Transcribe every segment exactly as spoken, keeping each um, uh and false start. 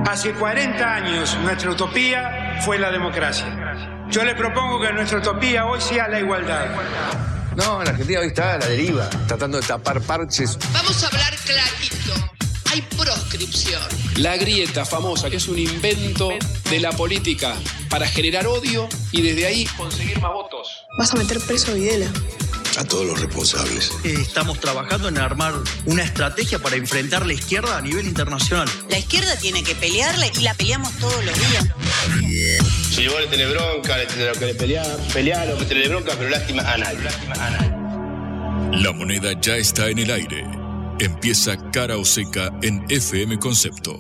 Hace cuarenta años nuestra utopía fue la democracia. Yo le propongo que nuestra utopía hoy sea la igualdad. No, la Argentina hoy está a la deriva, tratando de tapar parches. Vamos a hablar clarito. Hay proscripción. La grieta famosa, que es un invento de la política para generar odio y desde ahí conseguir más votos. Vas a meter preso a Videla. A todos los responsables. Estamos trabajando en armar una estrategia para enfrentar la izquierda a nivel internacional. La izquierda tiene que pelearla y la peleamos todos los días. Si vos le tenés bronca, le tenés que pelear, pelear o que tenés bronca, pero lástima a nadie. Lástima a nadie. La moneda ya está en el aire. Empieza Cara o Seca en F M Concepto.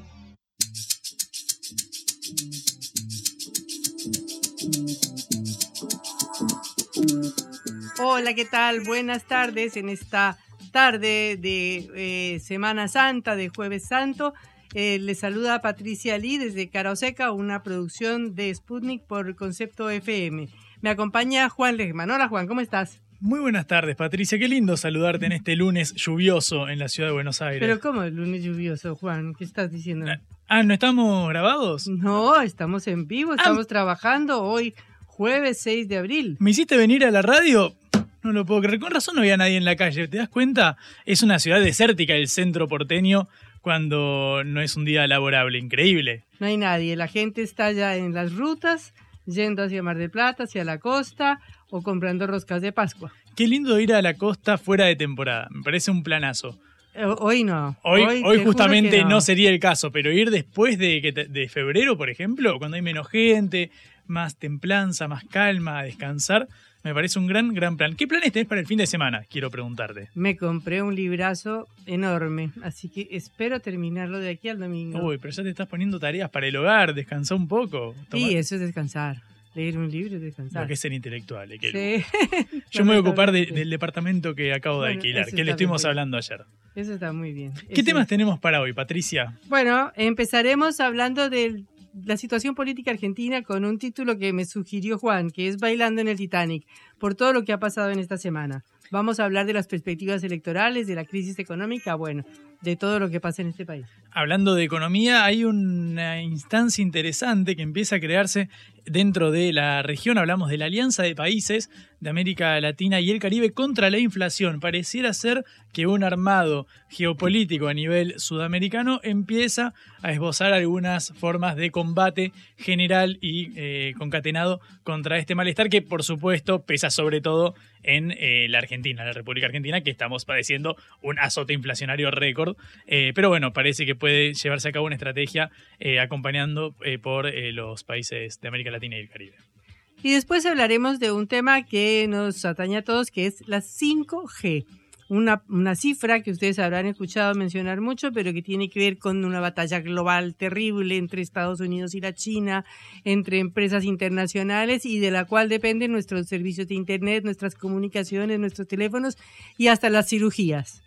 Hola, ¿qué tal? Buenas tardes en esta tarde de eh, Semana Santa, de Jueves Santo. Eh, les saluda Patricia Lee desde Cara o Seca, una producción de Sputnik por Concepto F M. Me acompaña Juan Lehmann. Hola Juan, ¿cómo estás? Muy buenas tardes, Patricia. Qué lindo saludarte en este lunes lluvioso en la ciudad de Buenos Aires. ¿Pero cómo el lunes lluvioso, Juan? ¿Qué estás diciendo? Ah, ¿no estamos grabados? No, estamos en vivo, estamos ah. trabajando hoy, jueves seis de abril. ¿Me hiciste venir a la radio? No lo puedo creer. Con razón no había nadie en la calle. ¿Te das cuenta? Es una ciudad desértica el centro porteño cuando no es un día laborable. Increíble. No hay nadie. La gente está ya en las rutas, yendo hacia Mar del Plata, hacia la costa o comprando roscas de Pascua. Qué lindo ir a la costa fuera de temporada. Me parece un planazo. Hoy no. Hoy, hoy, hoy justamente no. no sería el caso, pero ir después de, de febrero, por ejemplo, cuando hay menos gente, más templanza, más calma, a descansar, me parece un gran, gran plan. ¿Qué planes tenés para el fin de semana? Quiero preguntarte. Me compré un librazo enorme, así que espero terminarlo de aquí al domingo. Uy, pero ya te estás poniendo tareas para el hogar, descansá un poco. Tomar... Sí, eso es descansar. Leer un libro y descansar. Lo que es ser intelectual. ¿eh? Sí. Yo me voy a ocupar de, del departamento que acabo de bueno, alquilar, que le estuvimos hablando ayer. Eso está muy bien. ¿Qué eso temas es. tenemos para hoy, Patricia? Bueno, empezaremos hablando de la situación política argentina con un título que me sugirió Juan, que es Bailando en el Titanic, por todo lo que ha pasado en esta semana. Vamos a hablar de las perspectivas electorales, de la crisis económica, bueno, de todo lo que pasa en este país. Hablando de economía, hay una instancia interesante que empieza a crearse dentro de la región. Hablamos de la Alianza de Países de América Latina y el Caribe contra la inflación. Pareciera ser que un armado geopolítico a nivel sudamericano empieza a esbozar algunas formas de combate general y eh, concatenado contra este malestar que, por supuesto, pesa sobre todo en eh, la Argentina, la República Argentina, que estamos padeciendo un azote inflacionario récord. Eh, pero bueno, parece que puede llevarse a cabo una estrategia eh, acompañando eh, por eh, los países de América Latina y el Caribe. Y después hablaremos de un tema que nos atañe a todos, que es la cinco G. Una, una cifra que ustedes habrán escuchado mencionar mucho, pero que tiene que ver con una batalla global terrible entre Estados Unidos y la China, entre empresas internacionales y de la cual dependen nuestros servicios de internet, nuestras comunicaciones, nuestros teléfonos y hasta las cirugías.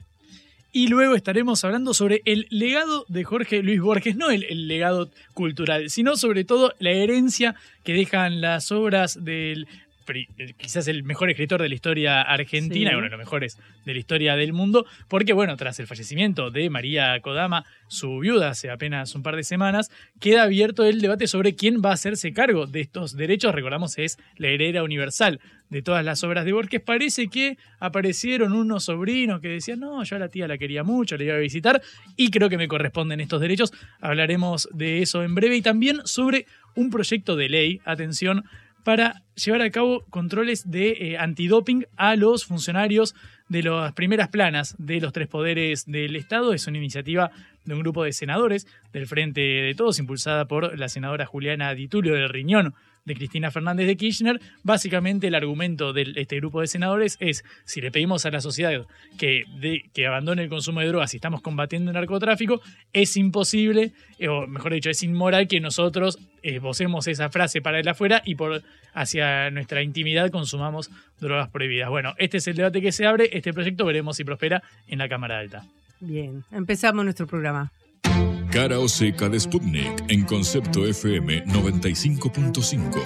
Y luego estaremos hablando sobre el legado de Jorge Luis Borges, no el, el legado cultural, sino sobre todo la herencia que dejan las obras del... quizás el mejor escritor de la historia argentina, sí. Uno de los mejores de la historia del mundo, porque bueno, tras el fallecimiento de María Kodama, su viuda hace apenas un par de semanas, queda abierto el debate sobre quién va a hacerse cargo de estos derechos. Recordamos, es la heredera universal de todas las obras de Borges. Parece que aparecieron unos sobrinos que decían, no, yo a la tía la quería mucho, la iba a visitar y creo que me corresponden estos derechos. Hablaremos de eso en breve y también sobre un proyecto de ley, atención, para llevar a cabo controles de eh, antidoping a los funcionarios de las primeras planas de los tres poderes del Estado. Es una iniciativa de un grupo de senadores del Frente de Todos, impulsada por la senadora Juliana Di Tulio del Riñón de Cristina Fernández de Kirchner. Básicamente el argumento de este grupo de senadores es, si le pedimos a la sociedad que, de, que abandone el consumo de drogas y estamos combatiendo el narcotráfico, es imposible, o mejor dicho, es inmoral que nosotros esbocemos esa frase para el afuera y por hacia nuestra intimidad consumamos drogas prohibidas. Bueno, este es el debate que se abre, este proyecto veremos si prospera en la Cámara Alta. Bien, empezamos nuestro programa. Cara o Seca de Sputnik en Concepto F M noventa y cinco punto cinco.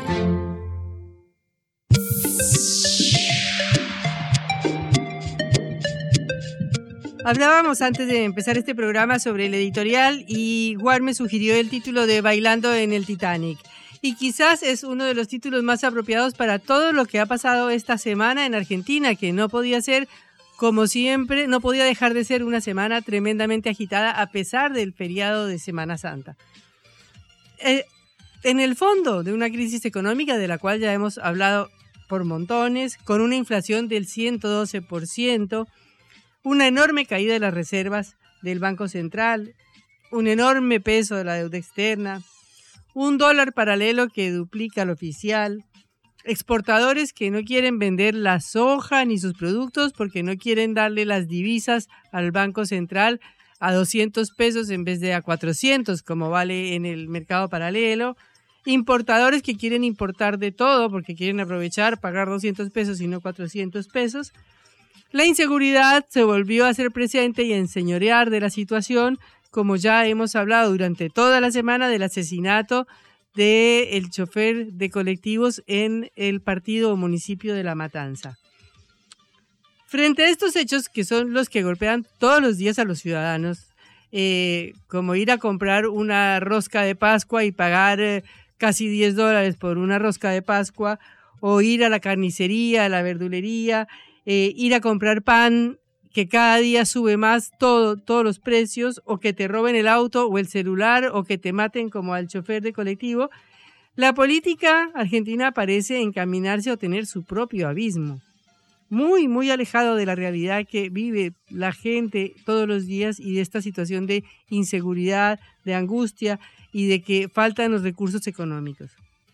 Hablábamos antes de empezar este programa sobre el editorial y Juan me sugirió el título de Bailando en el Titanic. Y quizás es uno de los títulos más apropiados para todo lo que ha pasado esta semana en Argentina, que no podía ser, como siempre, no podía dejar de ser una semana tremendamente agitada a pesar del feriado de Semana Santa. Eh, en el fondo de una crisis económica de la cual ya hemos hablado por montones, con una inflación del ciento doce por ciento, una enorme caída de las reservas del Banco Central, un enorme peso de la deuda externa, un dólar paralelo que duplica al oficial, exportadores que no quieren vender la soja ni sus productos porque no quieren darle las divisas al Banco Central a doscientos pesos en vez de a cuatrocientos como vale en el mercado paralelo, importadores que quieren importar de todo porque quieren aprovechar, pagar doscientos pesos y no cuatrocientos pesos. La inseguridad se volvió a hacer presente y a enseñorear de la situación, como ya hemos hablado durante toda la semana del asesinato del chofer de colectivos en el partido o municipio de La Matanza. Frente a estos hechos, que son los que golpean todos los días a los ciudadanos, eh, como ir a comprar una rosca de Pascua y pagar eh, casi diez dólares por una rosca de Pascua, o ir a la carnicería, a la verdulería, eh, ir a comprar pan, que cada día sube más todo, todos los precios, o que te roben el auto o el celular, o que te maten como al chofer de colectivo, la política argentina parece encaminarse a tener su propio abismo, muy, muy alejado de la realidad que vive la gente todos los días y de esta situación de inseguridad, de angustia y de que faltan los recursos económicos.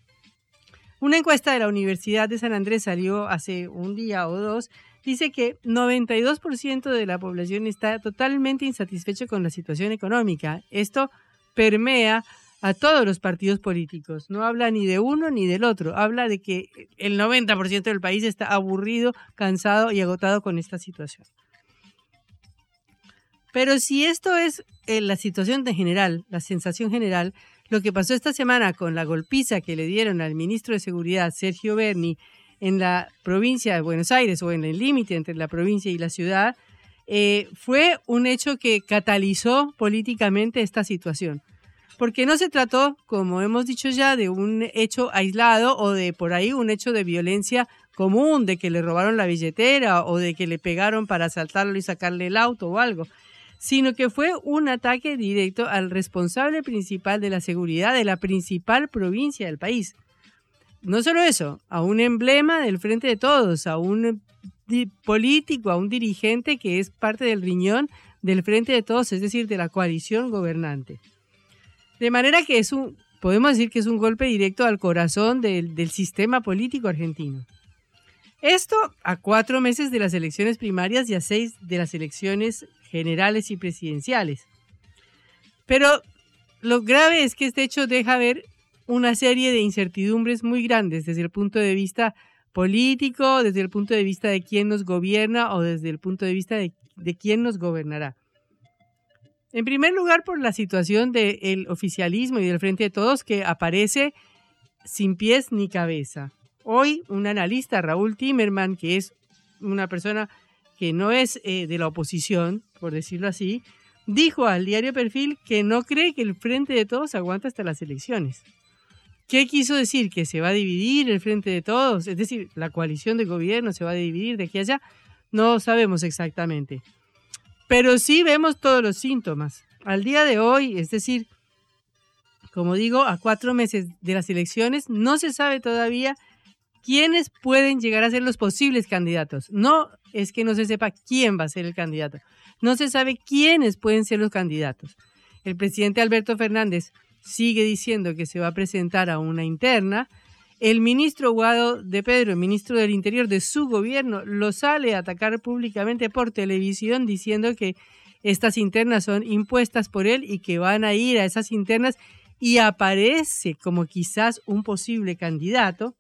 Una encuesta de la Universidad de San Andrés salió hace un día o dos, dice que noventa y dos por ciento de la población está totalmente insatisfecho con la situación económica. Esto permea a todos los partidos políticos. No habla ni de uno ni del otro. Habla de que el noventa por ciento del país está aburrido, cansado y agotado con esta situación. Pero si esto es eh, la situación en general, la sensación general, lo que pasó esta semana con la golpiza que le dieron al ministro de Seguridad, Sergio Berni, en la provincia de Buenos Aires o en el límite entre la provincia y la ciudad, eh, fue un hecho que catalizó políticamente esta situación. Porque no se trató, como hemos dicho ya, de un hecho aislado o de por ahí un hecho de violencia común, de que le robaron la billetera o de que le pegaron para asaltarlo y sacarle el auto o algo, sino que fue un ataque directo al responsable principal de la seguridad de la principal provincia del país. No solo eso, a un emblema del Frente de Todos, a un político, a un dirigente que es parte del riñón del Frente de Todos, es decir, de la coalición gobernante. De manera que es un, podemos decir que es un golpe directo al corazón del, del sistema político argentino. Esto a cuatro meses de las elecciones primarias y a seis de las elecciones generales y presidenciales. Pero lo grave es que este hecho deja ver una serie de incertidumbres muy grandes desde el punto de vista político, desde el punto de vista de quién nos gobierna o desde el punto de vista de, de quién nos gobernará. En primer lugar, por la situación del oficialismo y del Frente de Todos, que aparece sin pies ni cabeza. Hoy, un analista, Raúl Timerman, que es una persona que no es eh, de la oposición, por decirlo así, dijo al diario Perfil que no cree que el Frente de Todos aguanta hasta las elecciones. ¿Qué quiso decir? ¿Que se va a dividir el Frente de Todos? Es decir, la coalición de gobierno se va a dividir de aquí a allá. No sabemos exactamente. Pero sí vemos todos los síntomas. Al día de hoy, es decir, como digo, a cuatro meses de las elecciones, no se sabe todavía quiénes pueden llegar a ser los posibles candidatos. No es que no se sepa quién va a ser el candidato. No se sabe quiénes pueden ser los candidatos. El presidente Alberto Fernández sigue diciendo que se va a presentar a una interna. El ministro Guado de Pedro, el ministro del Interior de su gobierno, lo sale a atacar públicamente por televisión diciendo que estas internas son impuestas por él y que van a ir a esas internas, y aparece como quizás un posible candidato.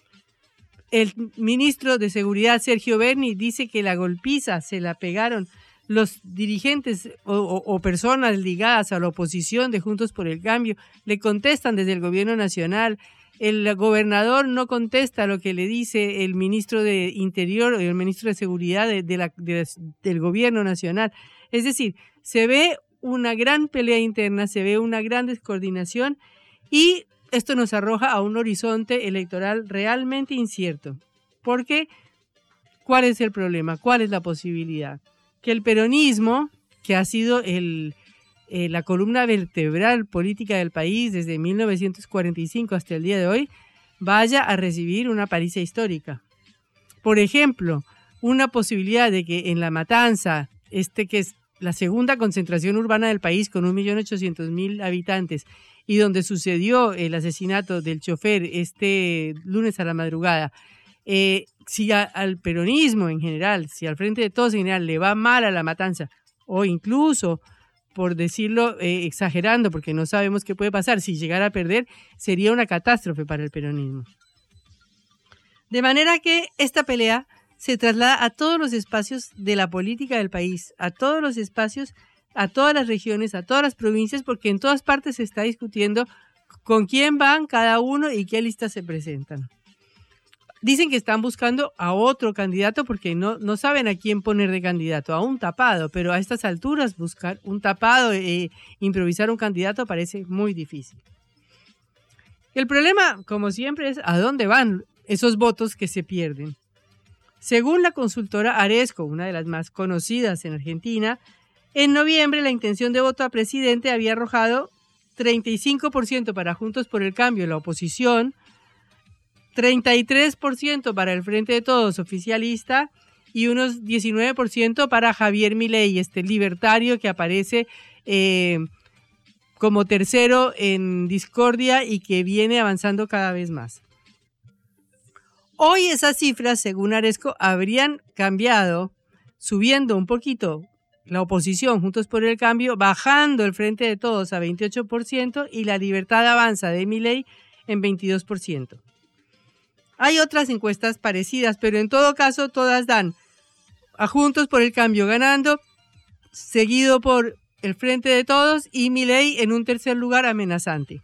El ministro de Seguridad, Sergio Berni, dice que la golpiza se la pegaron los dirigentes o, o, o personas ligadas a la oposición de Juntos por el Cambio. Le contestan desde el gobierno nacional. El gobernador no contesta lo que le dice el ministro de Interior o el ministro de Seguridad de, de la, de, del gobierno nacional. Es Es decir, se ve una gran pelea interna, se ve una gran descoordinación y esto nos arroja a un horizonte electoral realmente incierto. Porque, ¿cuál es el problema? ¿Cuál es la posibilidad? Que el peronismo, que ha sido el, eh, la columna vertebral política del país desde mil novecientos cuarenta y cinco hasta el día de hoy, vaya a recibir una paliza histórica. Por ejemplo, una posibilidad de que en La Matanza, este que es la segunda concentración urbana del país con un millón ochocientos mil habitantes y donde sucedió el asesinato del chofer este lunes a la madrugada, eh, si a, al peronismo en general, si al Frente de Todos en general le va mal a La Matanza, o incluso, por decirlo eh, exagerando, porque no sabemos qué puede pasar, si llegara a perder, sería una catástrofe para el peronismo. De manera que esta pelea se traslada a todos los espacios de la política del país, a todos los espacios, a todas las regiones, a todas las provincias, porque en todas partes se está discutiendo con quién van cada uno y qué listas se presentan. Dicen que están buscando a otro candidato porque no, no saben a quién poner de candidato, a un tapado, pero a estas alturas buscar un tapado e eh, improvisar un candidato parece muy difícil. El problema, como siempre, es a dónde van esos votos que se pierden. Según la consultora Aresco, una de las más conocidas en Argentina, en noviembre la intención de voto a presidente había arrojado treinta y cinco por ciento para Juntos por el Cambio, la oposición, treinta y tres por ciento para el Frente de Todos oficialista y unos diecinueve por ciento para Javier Milei, este libertario que aparece eh, como tercero en discordia y que viene avanzando cada vez más. Hoy esas cifras, según Aresco, habrían cambiado, subiendo un poquito la oposición, Juntos por el Cambio, bajando el Frente de Todos a veintiocho por ciento y la Libertad Avanza de Milei en veintidós por ciento. Hay otras encuestas parecidas, pero en todo caso todas dan a Juntos por el Cambio ganando, seguido por el Frente de Todos y Milei en un tercer lugar amenazante.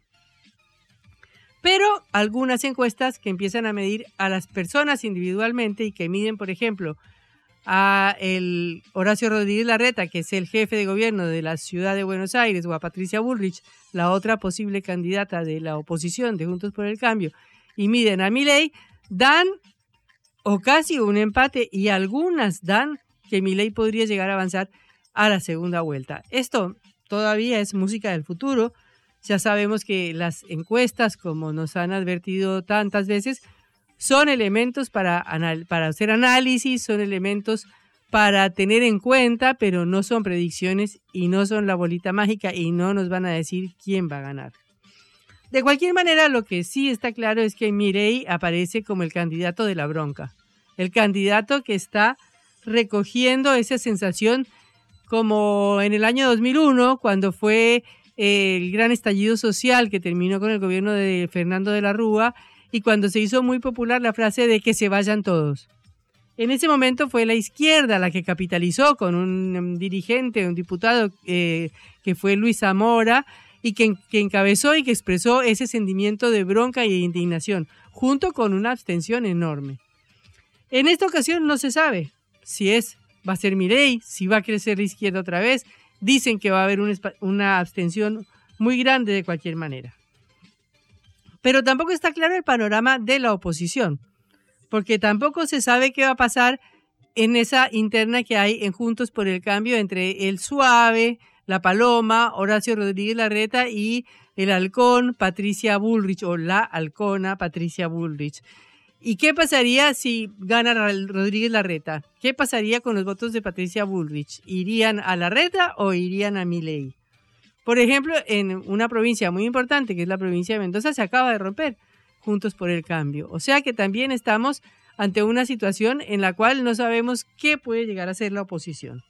Pero algunas encuestas que empiezan a medir a las personas individualmente y que miden, por ejemplo, a el Horacio Rodríguez Larreta, que es el jefe de gobierno de la ciudad de Buenos Aires, o a Patricia Bullrich, la otra posible candidata de la oposición de Juntos por el Cambio, y miden a Milei, dan o casi un empate y algunas dan que Milei podría llegar a avanzar a la segunda vuelta. Esto todavía es música del futuro. Ya sabemos que las encuestas, como nos han advertido tantas veces, son elementos para, para hacer análisis, son elementos para tener en cuenta, pero no son predicciones y no son la bolita mágica y no nos van a decir quién va a ganar. De cualquier manera, lo que sí está claro es que Milei aparece como el candidato de la bronca, el candidato que está recogiendo esa sensación como en el año dos mil uno, cuando fue el gran estallido social que terminó con el gobierno de Fernando de la Rúa y cuando se hizo muy popular la frase de que se vayan todos. En ese momento fue la izquierda la que capitalizó con un, un dirigente, un diputado eh, que fue Luis Zamora y que, que encabezó y que expresó ese sentimiento de bronca y de indignación, junto con una abstención enorme. En esta ocasión no se sabe si es, va a ser Milei, si va a crecer la izquierda otra vez. Dicen que va a haber un, una abstención muy grande de cualquier manera. Pero tampoco está claro el panorama de la oposición, porque tampoco se sabe qué va a pasar en esa interna que hay en Juntos por el Cambio entre el Suave, la Paloma, Horacio Rodríguez Larreta y el Halcón, Patricia Bullrich, o la Halcona, Patricia Bullrich. ¿Y qué pasaría si gana Rodríguez Larreta? ¿Qué pasaría con los votos de Patricia Bullrich? ¿Irían a Larreta o irían a Milei? Por ejemplo, en una provincia muy importante, que es la provincia de Mendoza, se acaba de romper Juntos por el Cambio. O sea que también estamos ante una situación en la cual no sabemos qué puede llegar a ser la oposición.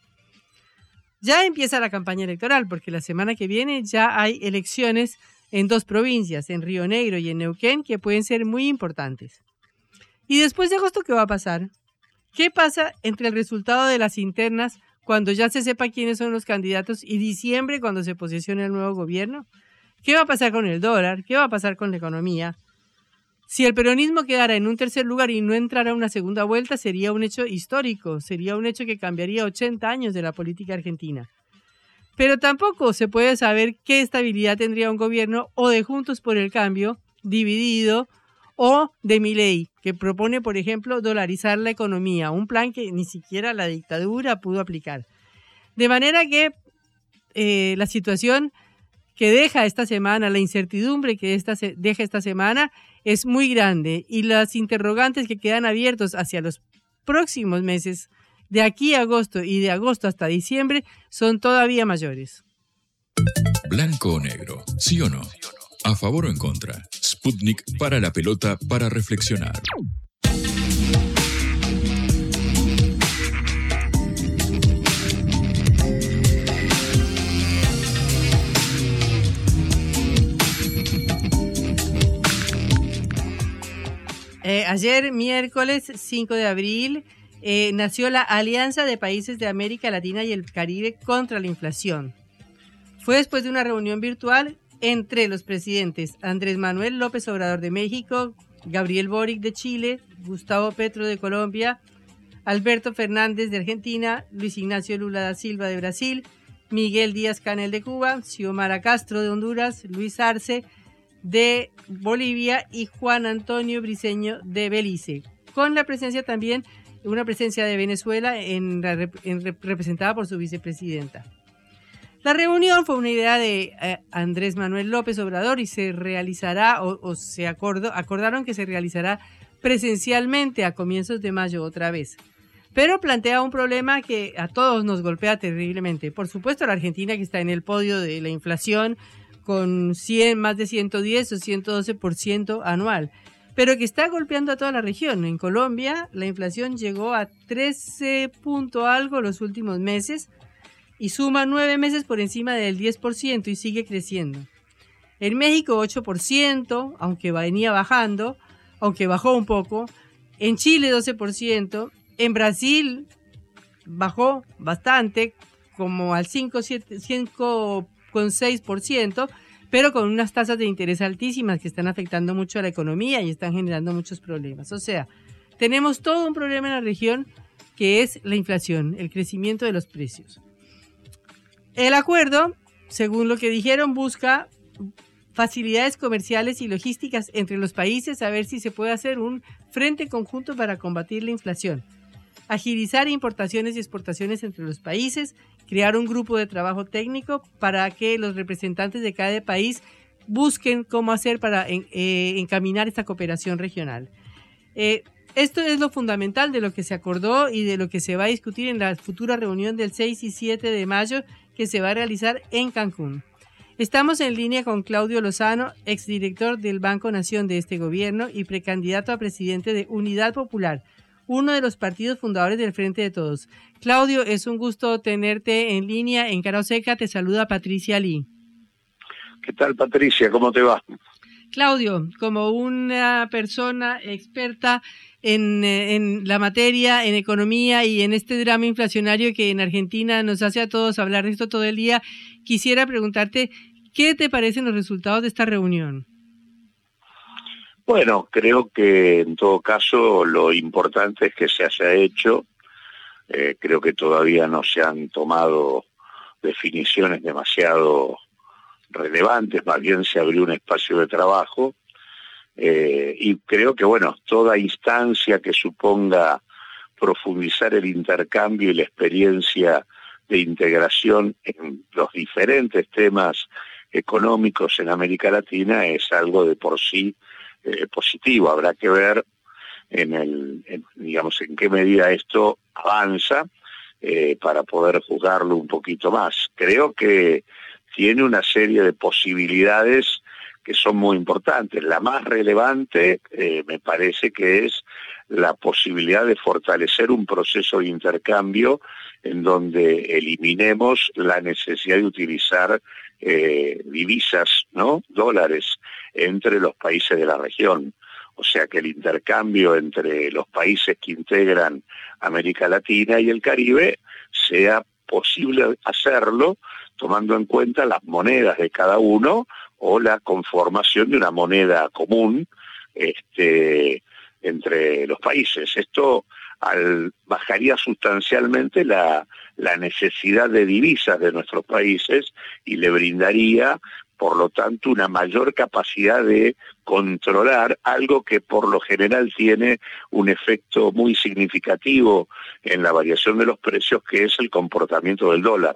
Ya empieza la campaña electoral, porque la semana que viene ya hay elecciones en dos provincias, en Río Negro y en Neuquén, que pueden ser muy importantes. ¿Y después de agosto qué va a pasar? ¿Qué pasa entre el resultado de las internas cuando ya se sepa quiénes son los candidatos y diciembre cuando se posesione el nuevo gobierno? ¿Qué va a pasar con el dólar? ¿Qué va a pasar con la economía? Si el peronismo quedara en un tercer lugar y no entrara a una segunda vuelta, sería un hecho histórico, sería un hecho que cambiaría ochenta años de la política argentina. Pero tampoco se puede saber qué estabilidad tendría un gobierno o de Juntos por el Cambio, dividido, o de Milei, que propone, por ejemplo, dolarizar la economía, un plan que ni siquiera la dictadura pudo aplicar. De manera que eh, la situación que deja esta semana, la incertidumbre que esta se deja esta semana es muy grande y las interrogantes que quedan abiertos hacia los próximos meses, de aquí a agosto y de agosto hasta diciembre, son todavía mayores. Blanco o negro, ¿sí o no? ¿A favor o en contra? Sputnik para la pelota para reflexionar. Eh, ayer, miércoles cinco de abril, eh, nació la Alianza de Países de América Latina y el Caribe contra la Inflación. Fue después de una reunión virtual entre los presidentes Andrés Manuel López Obrador de México, Gabriel Boric de Chile, Gustavo Petro de Colombia, Alberto Fernández de Argentina, Luis Ignacio Lula da Silva de Brasil, Miguel Díaz-Canel de Cuba, Xiomara Castro de Honduras, Luis Arce de Bolivia y Juan Antonio Briceño de Belice, con la presencia también, una presencia de Venezuela en, en, representada por su vicepresidenta. La reunión fue una idea de eh, Andrés Manuel López Obrador y se realizará, o, o se acordó, acordaron que se realizará presencialmente a comienzos de mayo otra vez. Pero plantea un problema que a todos nos golpea terriblemente. Por supuesto, la Argentina, que está en el podio de la inflación, con cien, más de ciento diez o ciento doce por ciento anual, pero que está golpeando a toda la región. En Colombia, la inflación llegó a trece punto algo los últimos meses y suma nueve meses por encima del diez por ciento y sigue creciendo. En México, ocho por ciento, aunque venía bajando, aunque bajó un poco. En Chile, doce por ciento. En Brasil, bajó bastante, como al cinco coma seis por ciento, pero con unas tasas de interés altísimas que están afectando mucho a la economía y están generando muchos problemas. O sea, tenemos todo un problema en la región que es la inflación, el crecimiento de los precios. El acuerdo, según lo que dijeron, busca facilidades comerciales y logísticas entre los países, a ver si se puede hacer un frente conjunto para combatir la inflación, agilizar importaciones y exportaciones entre los países, crear un grupo de trabajo técnico para que los representantes de cada país busquen cómo hacer para en, eh, encaminar esta cooperación regional. Eh, esto es lo fundamental de lo que se acordó y de lo que se va a discutir en la futura reunión del seis y siete de mayo que se va a realizar en Cancún. Estamos en línea con Claudio Lozano, exdirector del Banco Nación de este gobierno y precandidato a presidente de Unidad Popular, uno de los partidos fundadores del Frente de Todos. Claudio, es un gusto tenerte en línea. En Cara Seca te saluda Patricia Lee. ¿Qué tal, Patricia? ¿Cómo te va? Claudio, como una persona experta en, en la materia, en economía y en este drama inflacionario que en Argentina nos hace a todos hablar de esto todo el día, quisiera preguntarte, ¿qué te parecen los resultados de esta reunión? Bueno, creo que en todo caso lo importante es que se haya hecho. Eh, creo que todavía no se han tomado definiciones demasiado relevantes, más bien se abrió un espacio de trabajo eh, y creo que, bueno, toda instancia que suponga profundizar el intercambio y la experiencia de integración en los diferentes temas económicos en América Latina es algo de por sí eh, positivo. Habrá que ver en el, en, digamos, en qué medida esto avanza eh, para poder juzgarlo un poquito más. Creo que tiene una serie de posibilidades que son muy importantes. La más relevante eh, me parece que es la posibilidad de fortalecer un proceso de intercambio en donde eliminemos la necesidad de utilizar eh, divisas, ¿no? Dólares entre los países de la región. O sea, que el intercambio entre los países que integran América Latina y el Caribe sea posible hacerlo tomando en cuenta las monedas de cada uno o la conformación de una moneda común este, entre los países. Esto al, bajaría sustancialmente la, la necesidad de divisas de nuestros países y le brindaría, por lo tanto, una mayor capacidad de controlar algo que por lo general tiene un efecto muy significativo en la variación de los precios, que es el comportamiento del dólar.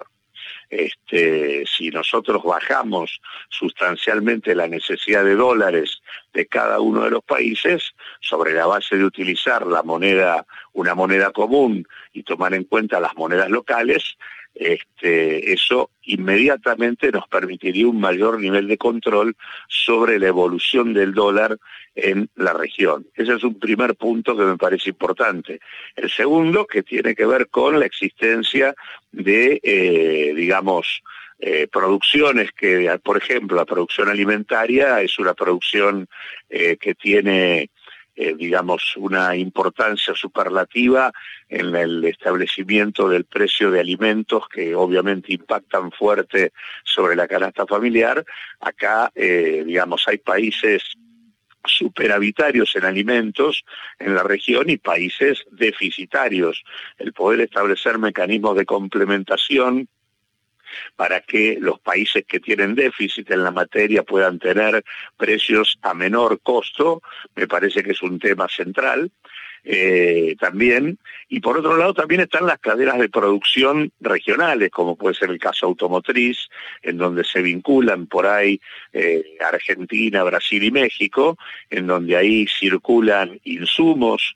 Este, si nosotros bajamos sustancialmente la necesidad de dólares de cada uno de los países, sobre la base de utilizar la moneda, una moneda común y tomar en cuenta las monedas locales, este, eso inmediatamente nos permitiría un mayor nivel de control sobre la evolución del dólar en la región. Ese es un primer punto que me parece importante. El segundo, que tiene que ver con la existencia de, eh, digamos, eh, producciones que, por ejemplo, la producción alimentaria es una producción eh, que tiene Eh, digamos, una importancia superlativa en el establecimiento del precio de alimentos que obviamente impactan fuerte sobre la canasta familiar. Acá, eh, digamos, hay países superavitarios en alimentos en la región y países deficitarios. El poder establecer mecanismos de complementación para que los países que tienen déficit en la materia puedan tener precios a menor costo, me parece que es un tema central. Eh, también, y por otro lado también están las cadenas de producción regionales, como puede ser el caso automotriz, en donde se vinculan por ahí eh, Argentina, Brasil y México, en donde ahí circulan insumos,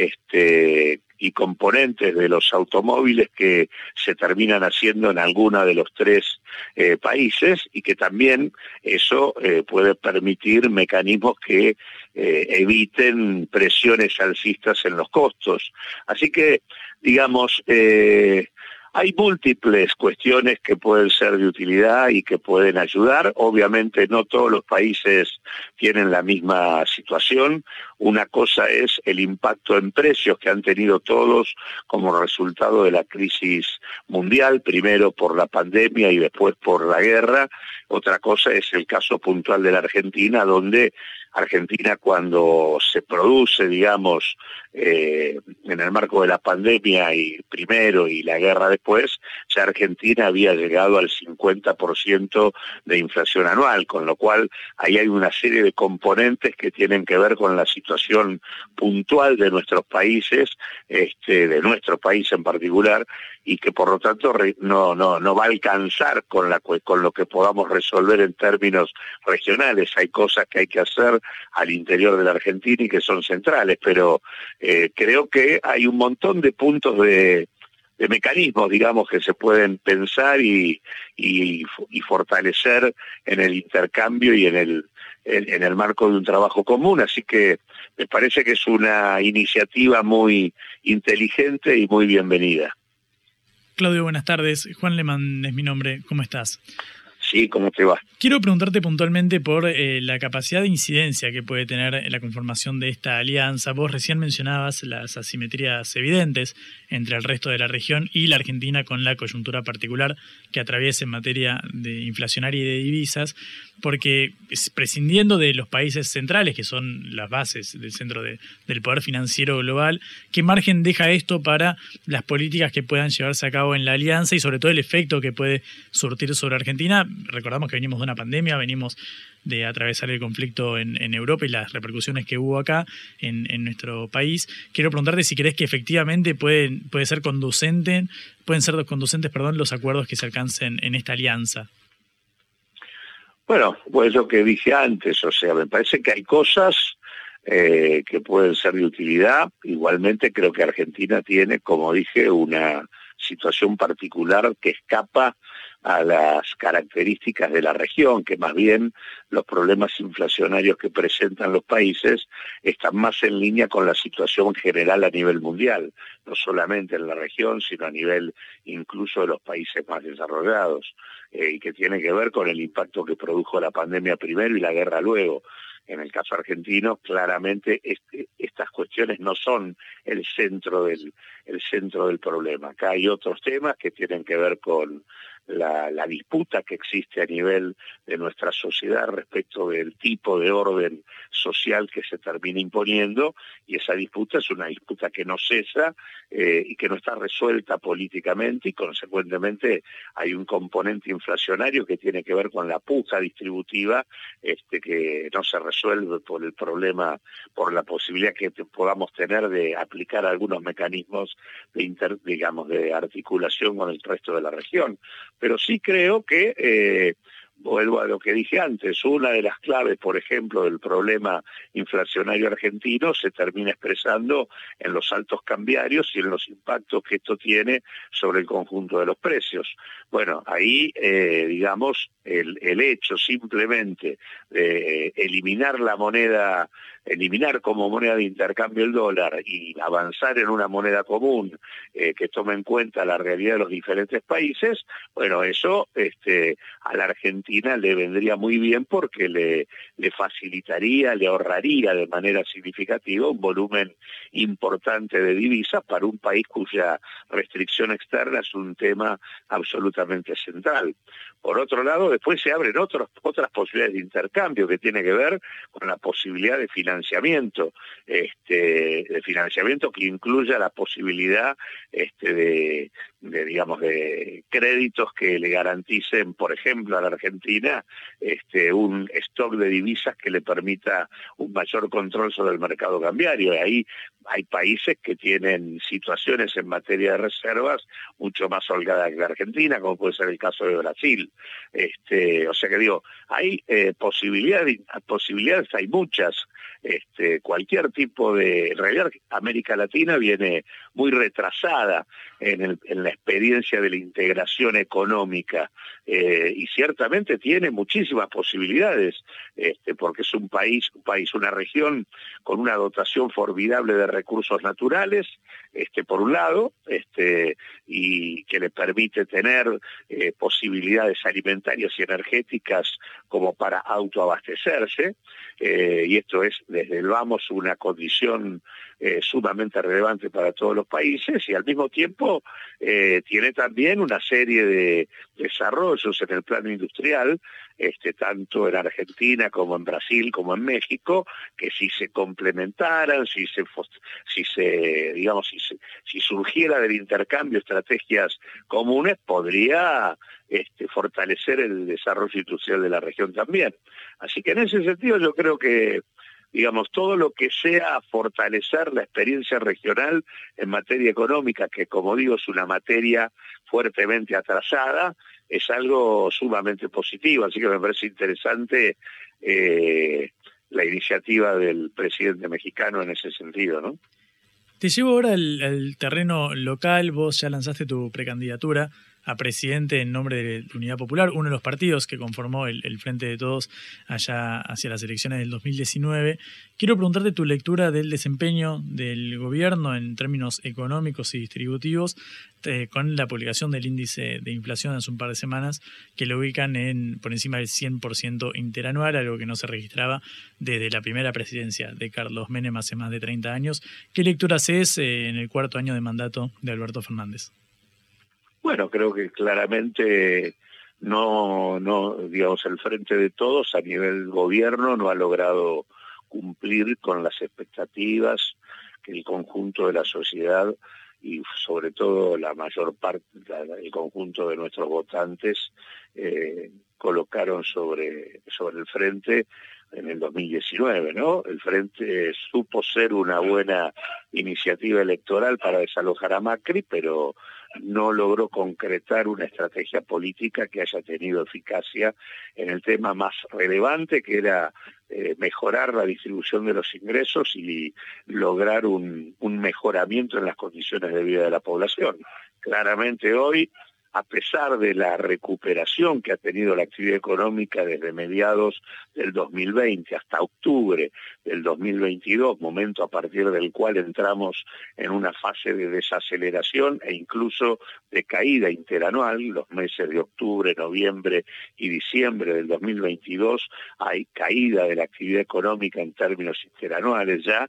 este y componentes de los automóviles que se terminan haciendo en alguna de los tres eh, países, y que también eso eh, puede permitir mecanismos que eh, eviten presiones alcistas en los costos. Así que, digamos, eh, hay múltiples cuestiones que pueden ser de utilidad y que pueden ayudar. Obviamente no todos los países tienen la misma situación. Una cosa es el impacto en precios que han tenido todos como resultado de la crisis mundial, primero por la pandemia y después por la guerra. Otra cosa es el caso puntual de la Argentina, donde Argentina, cuando se produce, digamos, eh, en el marco de la pandemia y primero y la guerra después, ya Argentina había llegado al cincuenta por ciento de inflación anual, con lo cual ahí hay una serie de componentes que tienen que ver con la situación puntual de nuestros países, este, de nuestro país en particular, y que por lo tanto no, no, no va a alcanzar con, la, con lo que podamos resolver en términos regionales. Hay cosas que hay que hacer al interior de la Argentina y que son centrales, pero eh, creo que hay un montón de puntos de, de mecanismos, digamos, que se pueden pensar y, y, y fortalecer en el intercambio y en el, en, en el marco de un trabajo común. Así que me parece que es una iniciativa muy inteligente y muy bienvenida. Claudio, buenas tardes. Juan Lehmann es mi nombre. ¿Cómo estás? Sí, ¿cómo te va? Quiero preguntarte puntualmente por eh, la capacidad de incidencia que puede tener la conformación de esta alianza. Vos recién mencionabas las asimetrías evidentes entre el resto de la región y la Argentina, con la coyuntura particular que atraviesa en materia de inflacionaria y de divisas, porque prescindiendo de los países centrales, que son las bases del centro de, del poder financiero global, ¿qué margen deja esto para las políticas que puedan llevarse a cabo en la alianza y sobre todo el efecto que puede surtir sobre Argentina? Recordamos que venimos de una pandemia, venimos de atravesar el conflicto en, en Europa y las repercusiones que hubo acá en, en nuestro país. Quiero preguntarte si crees que efectivamente pueden, puede ser conducente, pueden ser conducentes, perdón, los acuerdos que se alcancen en esta alianza. Bueno, pues lo que dije antes, o sea, me parece que hay cosas eh, que pueden ser de utilidad. Igualmente creo que Argentina tiene, como dije, una situación particular que escapa a las características de la región, que más bien los problemas inflacionarios que presentan los países están más en línea con la situación general a nivel mundial, no solamente en la región, sino a nivel incluso de los países más desarrollados, eh, y que tiene que ver con el impacto que produjo la pandemia primero y la guerra luego. En el caso argentino, claramente este, estas cuestiones no son el centro del el centro del problema. Acá hay otros temas que tienen que ver con la, la disputa que existe a nivel de nuestra sociedad respecto del tipo de orden social que se termina imponiendo, y esa disputa es una disputa que no cesa eh, y que no está resuelta políticamente, y consecuentemente hay un componente inflacionario que tiene que ver con la puja distributiva este, que no se resuelve por el problema, por la posibilidad que te, podamos tener de aplicar algunos mecanismos de inter, digamos, de articulación con el resto de la región. Pero sí creo que, eh, vuelvo a lo que dije antes, una de las claves, por ejemplo, del problema inflacionario argentino se termina expresando en los altos cambiarios y en los impactos que esto tiene sobre el conjunto de los precios. Bueno, ahí, eh, digamos, el, el hecho simplemente de eh, eliminar la moneda, eliminar como moneda de intercambio el dólar y avanzar en una moneda común eh, que tome en cuenta la realidad de los diferentes países, bueno, eso este, a la Argentina le vendría muy bien porque le, le facilitaría, le ahorraría de manera significativa un volumen importante de divisas para un país cuya restricción externa es un tema absolutamente central. Por otro lado, después se abren otros, otras posibilidades de intercambio que tiene que ver con la posibilidad de financiamiento, este, de financiamiento que incluya la posibilidad este, de, de, digamos, de créditos que le garanticen, por ejemplo, a la Argentina este, un stock de divisas que le permita un mayor control sobre el mercado cambiario. Y ahí hay países que tienen situaciones en materia de reservas mucho más holgadas que la Argentina, como puede ser el caso de Brasil. Este, o sea que digo, hay eh, posibilidades, posibilidades hay muchas. Este, cualquier tipo de... En realidad América Latina viene muy retrasada en, el, en la experiencia de la integración económica eh, y ciertamente tiene muchísimas posibilidades este, porque es un país, un país, una región con una dotación formidable de recursos naturales, este, por un lado, este, y que le permite tener eh, posibilidades alimentarias y energéticas como para autoabastecerse, eh, y esto es desde el vamos una condición eh, sumamente relevante para todos los países, y al mismo tiempo eh, tiene también una serie de desarrollos en el plano industrial, este, tanto en Argentina como en Brasil como en México, que si se complementaran, si se, si se digamos, si, se, si surgiera del intercambio estrategias comunes, podría este, fortalecer el desarrollo industrial de la región también. Así que en ese sentido yo creo que digamos, todo lo que sea fortalecer la experiencia regional en materia económica, que como digo es una materia fuertemente atrasada, es algo sumamente positivo, así que me parece interesante eh, la iniciativa del presidente mexicano en ese sentido, ¿no? Te llevo ahora al, al terreno local, vos ya lanzaste tu precandidatura a presidente en nombre de la Unidad Popular, uno de los partidos que conformó el, el Frente de Todos allá hacia las elecciones del dos mil diecinueve. Quiero preguntarte tu lectura del desempeño del gobierno en términos económicos y distributivos eh, con la publicación del índice de inflación hace un par de semanas que lo ubican en por encima del cien por ciento interanual, algo que no se registraba desde la primera presidencia de Carlos Menem hace más de treinta años. ¿Qué lectura haces eh, en el cuarto año de mandato de Alberto Fernández? Bueno, creo que claramente no, no, digamos, el Frente de Todos a nivel gobierno no ha logrado cumplir con las expectativas que el conjunto de la sociedad y sobre todo la mayor parte, el conjunto de nuestros votantes eh, colocaron sobre, sobre el Frente en el dos mil diecinueve, ¿no? El Frente supo ser una buena iniciativa electoral para desalojar a Macri, pero no logró concretar una estrategia política que haya tenido eficacia en el tema más relevante, que era eh, mejorar la distribución de los ingresos y lograr un, un mejoramiento en las condiciones de vida de la población. Claramente hoy, a pesar de la recuperación que ha tenido la actividad económica desde mediados del dos mil veinte hasta octubre del dos mil veintidós, momento a partir del cual entramos en una fase de desaceleración e incluso de caída interanual, los meses de octubre, noviembre y diciembre del dos mil veintidós, hay caída de la actividad económica en términos interanuales ya,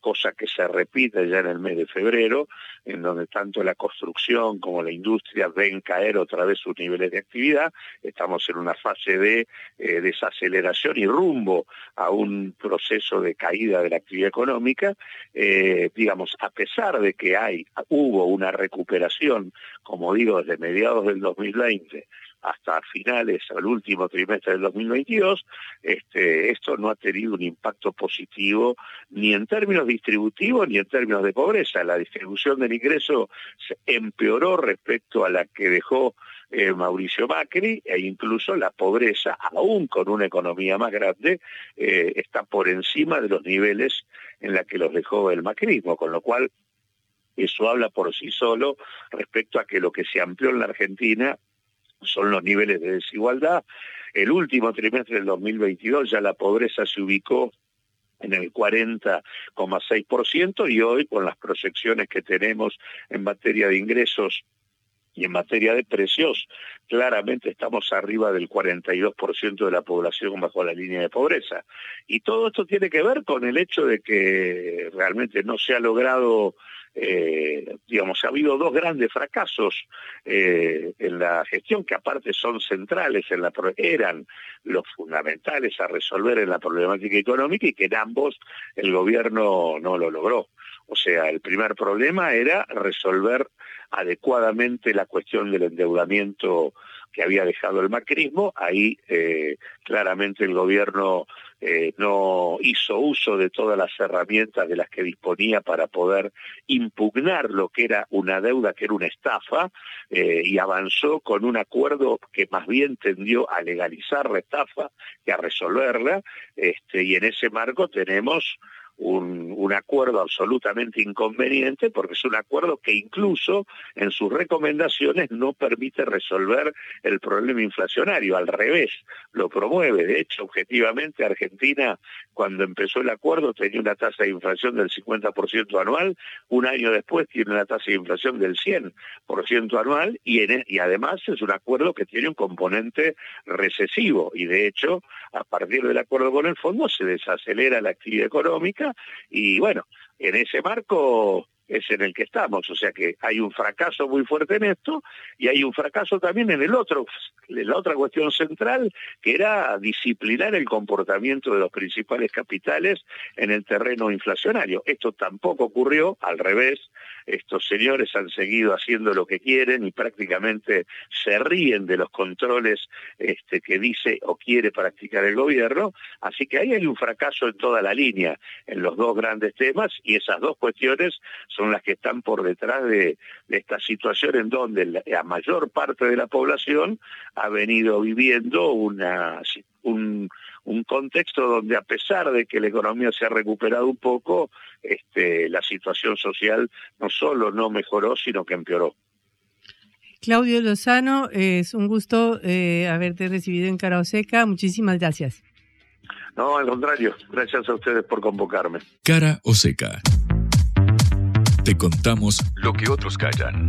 cosa que se repite ya en el mes de febrero, en donde tanto la construcción como la industria ven caer otra vez sus niveles de actividad. Estamos en una fase de eh, desaceleración y rumbo a un proceso de caída de la actividad económica. Eh, digamos, a pesar de que hay, hubo una recuperación, como digo, desde mediados del dos mil veinte hasta finales, al último trimestre del dos mil veintidós, este, esto no ha tenido un impacto positivo ni en términos distributivos ni en términos de pobreza. La distribución del ingreso se empeoró respecto a la que dejó eh, Mauricio Macri, e incluso la pobreza, aún con una economía más grande, eh, está por encima de los niveles en la que los dejó el macrismo, con lo cual eso habla por sí solo respecto a que lo que se amplió en la Argentina son los niveles de desigualdad. El último trimestre del dos mil veintidós ya la pobreza se ubicó en el cuarenta coma seis por ciento y hoy, con las proyecciones que tenemos en materia de ingresos y en materia de precios, claramente estamos arriba del cuarenta y dos por ciento de la población bajo la línea de pobreza. Y todo esto tiene que ver con el hecho de que realmente no se ha logrado, eh, digamos, ha habido dos grandes fracasos eh, en la gestión, que aparte son centrales, en la eran los fundamentales a resolver en la problemática económica, y que en ambos el gobierno no lo logró. O sea, el primer problema era resolver adecuadamente la cuestión del endeudamiento que había dejado el macrismo. Ahí eh, claramente el gobierno eh, no hizo uso de todas las herramientas de las que disponía para poder impugnar lo que era una deuda, que era una estafa, eh, y avanzó con un acuerdo que más bien tendió a legalizar la estafa que a resolverla, este, y en ese marco tenemos Un, un acuerdo absolutamente inconveniente, porque es un acuerdo que incluso en sus recomendaciones no permite resolver el problema inflacionario, al revés, lo promueve. De hecho, objetivamente, Argentina, cuando empezó el acuerdo, tenía una tasa de inflación del cincuenta por ciento anual, un año después tiene una tasa de inflación del cien por ciento anual, y, en, y además es un acuerdo que tiene un componente recesivo, y de hecho, a partir del acuerdo con el fondo se desacelera la actividad económica. Y bueno, en ese marco es en el que estamos, o sea que hay un fracaso muy fuerte en esto, y hay un fracaso también en el otro, en la otra cuestión central, que era disciplinar el comportamiento de los principales capitales en el terreno inflacionario. Esto tampoco ocurrió, al revés, estos señores han seguido haciendo lo que quieren y prácticamente se ríen de los controles este, que dice o quiere practicar el gobierno, así que ahí hay un fracaso en toda la línea, en los dos grandes temas, y esas dos cuestiones son las que están por detrás de, de esta situación en donde la, la mayor parte de la población ha venido viviendo una, un, un contexto donde, a pesar de que la economía se ha recuperado un poco, este, la situación social no solo no mejoró, sino que empeoró. Claudio Lozano, es un gusto eh, haberte recibido en Cara o Seca. Muchísimas gracias. No, al contrario, gracias a ustedes por convocarme. Cara o Seca. Te contamos lo que otros callan.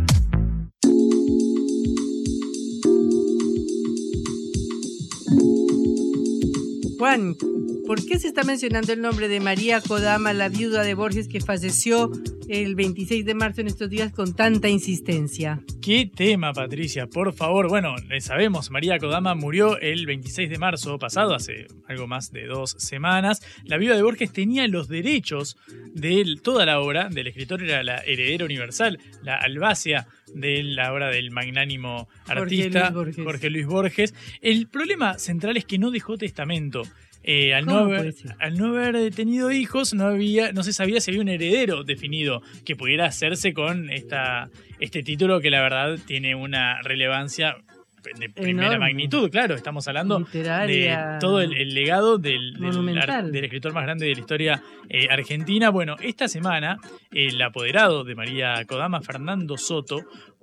Juan, ¿por qué se está mencionando el nombre de María Kodama, la viuda de Borges, que falleció el veintiséis de marzo en estos días con tanta insistencia? ¿Qué tema, Patricia? Por favor. Bueno, sabemos, María Kodama murió el veintiséis de marzo pasado, hace algo más de dos semanas. La viuda de Borges tenía los derechos de toda la obra del escritor, era la heredera universal, la albacea de la obra del magnánimo artista Jorge Luis Borges. Jorge Luis Borges. El problema central es que no dejó testamento. Eh, al, no haber, al no haber tenido hijos, no había, no se sabía si había un heredero definido que pudiera hacerse con esta, este título, que la verdad tiene una relevancia de primera enorme magnitud. Claro, estamos hablando literaria, de todo el, el legado del, del, del escritor más grande de la historia eh, argentina. Bueno, esta semana el apoderado de María Kodama, Fernando Soto,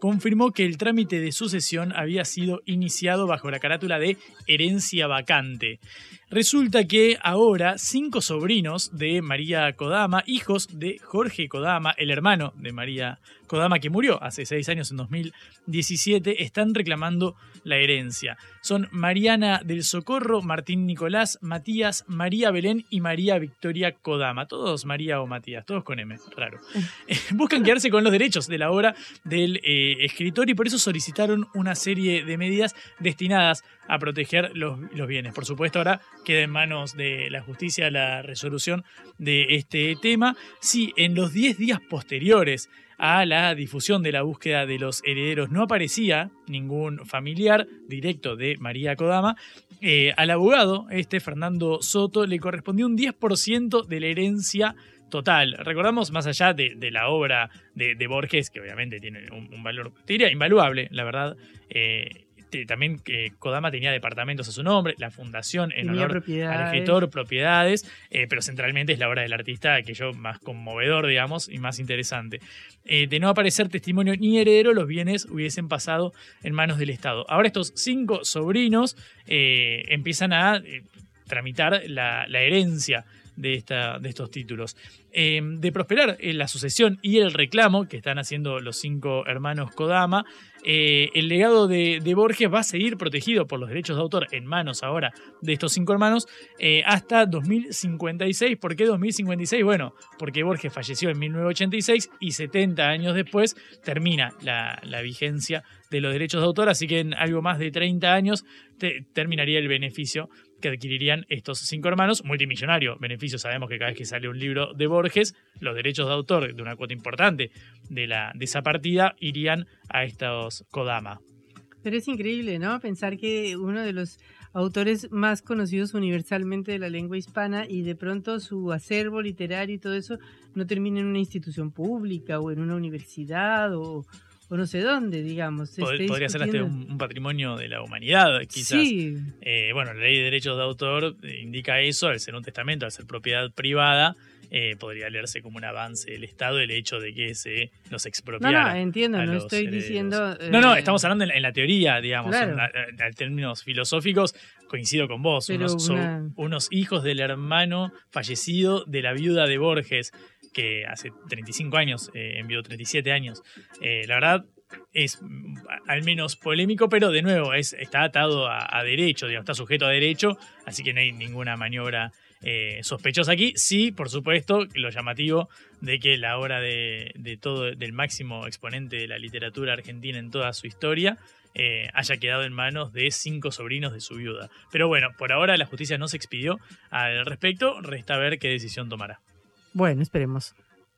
confirmó que el trámite de sucesión había sido iniciado bajo la carátula de herencia vacante. Resulta que ahora cinco sobrinos de María Kodama, hijos de Jorge Kodama, el hermano de María Kodama que murió hace seis años en dos mil diecisiete, están reclamando la herencia. Son Mariana del Socorro, Martín Nicolás, Matías, María Belén y María Victoria Kodama. Todos María o Matías, todos con M, raro. Eh, buscan quedarse con los derechos de la obra del eh, escritor y por eso solicitaron una serie de medidas destinadas a proteger los, los bienes. Por supuesto, ahora queda en manos de la justicia la resolución de este tema. Si en los diez días posteriores a la difusión de la búsqueda de los herederos no aparecía ningún familiar directo de María Kodama, eh, al abogado, este Fernando Soto, le correspondió un diez por ciento de la herencia total. Recordamos, más allá de, de la obra de, de Borges, que obviamente tiene un, un valor, te diría, invaluable, la verdad, eh, también eh, Kodama tenía departamentos a su nombre, la fundación en tenía honor al escritor, propiedades, eh, pero centralmente es la obra del artista aquello más conmovedor, digamos, y más interesante. Eh, de no aparecer testimonio ni heredero, los bienes hubiesen pasado en manos del Estado. Ahora estos cinco sobrinos eh, empiezan a eh, tramitar la, la herencia de, esta, de estos títulos. Eh, de prosperar en la sucesión y el reclamo que están haciendo los cinco hermanos Kodama, eh, el legado de, de Borges va a seguir protegido por los derechos de autor en manos ahora de estos cinco hermanos eh, hasta dos mil cincuenta y seis. ¿Por qué dos mil cincuenta y seis? Bueno, porque Borges falleció en mil novecientos ochenta y seis y setenta años después termina la, la vigencia de los derechos de autor, así que en algo más de treinta años te, terminaría el beneficio que adquirirían estos cinco hermanos. Multimillonario beneficio, sabemos que cada vez que sale un libro de Borges, los derechos de autor de una cuota importante de, la, de esa partida irían a estos Kodama. Pero es increíble, ¿no? Pensar que uno de los autores más conocidos universalmente de la lengua hispana y de pronto su acervo literario y todo eso no termina en una institución pública o en una universidad o... o no sé dónde, digamos. Pod- podría ser hasta un, un patrimonio de la humanidad, quizás. Sí. Eh, bueno, la ley de derechos de autor indica eso, al ser un testamento, al ser propiedad privada, eh, podría leerse como un avance del Estado el hecho de que se los expropiara. No, no, entiendo, no estoy herederos. diciendo... Eh, no, no, estamos hablando en, en la teoría, digamos, claro. en, en, en términos filosóficos, coincido con vos, unos, una... so, unos hijos del hermano fallecido de la viuda de Borges, que hace treinta y cinco años eh, envió treinta y siete años. Eh, la verdad es al menos polémico, pero de nuevo es, está atado a, a derecho, digamos, está sujeto a derecho, así que no hay ninguna maniobra eh, sospechosa aquí. Sí, por supuesto, lo llamativo de que la obra de, de todo, del máximo exponente de la literatura argentina en toda su historia eh, haya quedado en manos de cinco sobrinos de su viuda. Pero bueno, por ahora la justicia no se expidió al respecto, resta ver qué decisión tomará. Bueno, esperemos.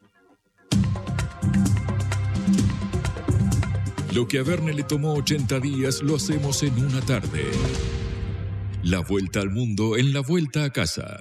Lo que a Verne le tomó ochenta días lo hacemos en una tarde. La vuelta al mundo en la vuelta a casa.